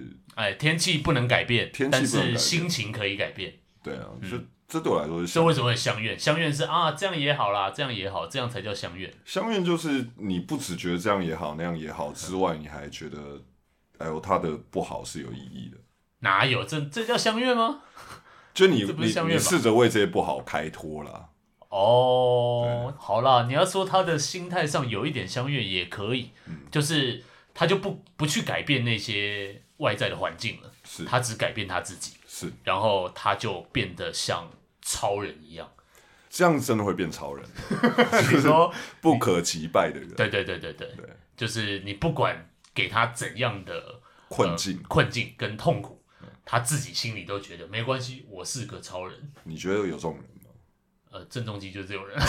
Speaker 2: 哎，天气不能改变，
Speaker 3: 天气不能改变，
Speaker 2: 但是心情可以改变。
Speaker 3: 对啊，嗯，就。这对我来说是，
Speaker 2: 这为什么会相愿？相愿是啊，这样也好啦，这样也好，这样才叫相愿。
Speaker 3: 相愿就是你不只觉得这样也好，那样也好之外，你还觉得，哎呦，他的不好是有意义的。
Speaker 2: 哪有？这这叫相愿吗？
Speaker 3: 就你你你试着为这些不好开脱啦。
Speaker 2: 哦，好啦，你要说他的心态上有一点相愿也可以，嗯，就是他就不不去改变那些外在的环境了，
Speaker 3: 是
Speaker 2: 他只改变他自己。
Speaker 3: 是，
Speaker 2: 然后他就变得像超人一样，
Speaker 3: 这样真的会变超人。你说不可击败的人，
Speaker 2: 对对对对对对，就是你不管给他怎样的
Speaker 3: 困境、
Speaker 2: 呃、困境跟痛苦，他自己心里都觉得没关系，我是个超人。
Speaker 3: 你觉得有这种人吗？
Speaker 2: 呃，郑中基就是这种人。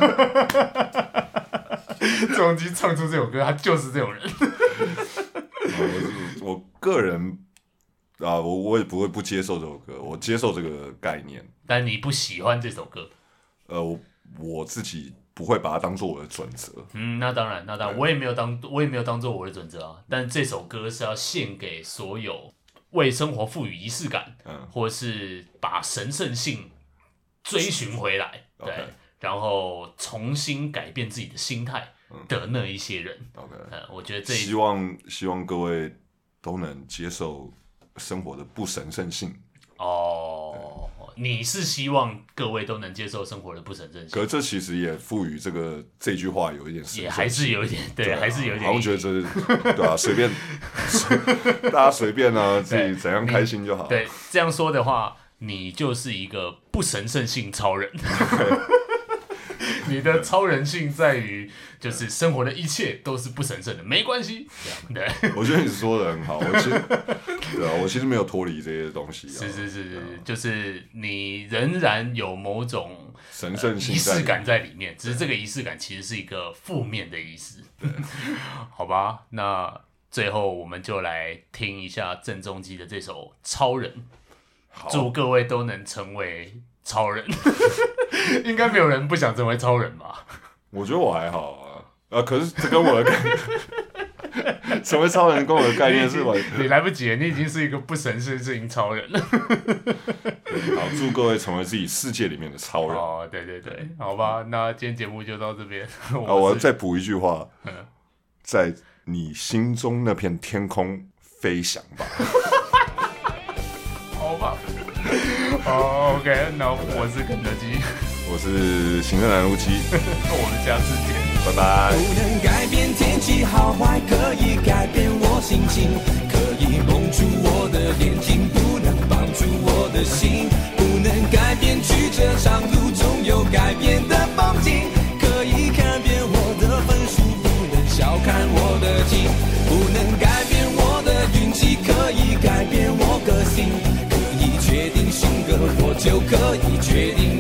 Speaker 2: 郑中基唱出这首歌，他就是这种人。
Speaker 3: 我我个人。啊，我我也不会不接受这首歌，我接受这个概念。
Speaker 2: 但你不喜欢这首歌？
Speaker 3: 呃，我我自己不会把它当做我的准则。
Speaker 2: 嗯，那当然，那当然，我也没有当，我也没有当做我的准则啊。但这首歌是要献给所有为生活赋予仪式感，嗯，或是把神圣性追寻回来，对， okay. 然后重新改变自己的心态的那一些人。OK， 嗯，我觉得这
Speaker 3: 希望希望各位都能接受生活的不神圣性
Speaker 2: 哦，你是希望各位都能接受生活的不神圣性？
Speaker 3: 可是这其实也赋予这个这句话有一点神圣性，
Speaker 2: 也还是有一点，对，对啊，还是有一点。
Speaker 3: 好像觉得这是对啊，随便大家随便啊，自己怎样开心就好。
Speaker 2: 对，这样说的话，你就是一个不神圣性超人。你的超人性在于，就是生活的一切都是不神圣的，没关系。对，
Speaker 3: 我觉得你说的很好。我其实，对啊，我其实没有脱离这些东西，啊。
Speaker 2: 是是是是，嗯，就是你仍然有某种
Speaker 3: 神圣性、
Speaker 2: 仪式感在里面，只是这个仪式感其实是一个负面的仪式。对，好吧，那最后我们就来听一下郑中基的这首《超人》，祝各位都能成为超人。 应该没有人不想成为超人吧？
Speaker 3: 我觉得我还好啊，啊，可是这跟我的概成为超人跟我的概念是完，
Speaker 2: 你来不及了，你已经是一个不省事事情超人了。
Speaker 3: 好，祝各位成为自己世界里面的超人。
Speaker 2: 哦，对对对，好吧，那今天节目就到这边。
Speaker 3: 啊，我要再补一句话，在你心中那片天空飞翔吧。
Speaker 2: 好吧。哦 ，OK， 那我是肯德基，
Speaker 3: 我是行政南路基，
Speaker 2: 我们下次见，
Speaker 3: 拜拜。
Speaker 1: 不能改变天气好坏，可以改变我心情，可以蒙住我的眼睛，不能绑住我的心，不能改变曲折长路中有改变的风景，可以看遍我的分数，不能小看我的情，不能改变我的运气，可以改变我个性，可以决定性格，我就可以决定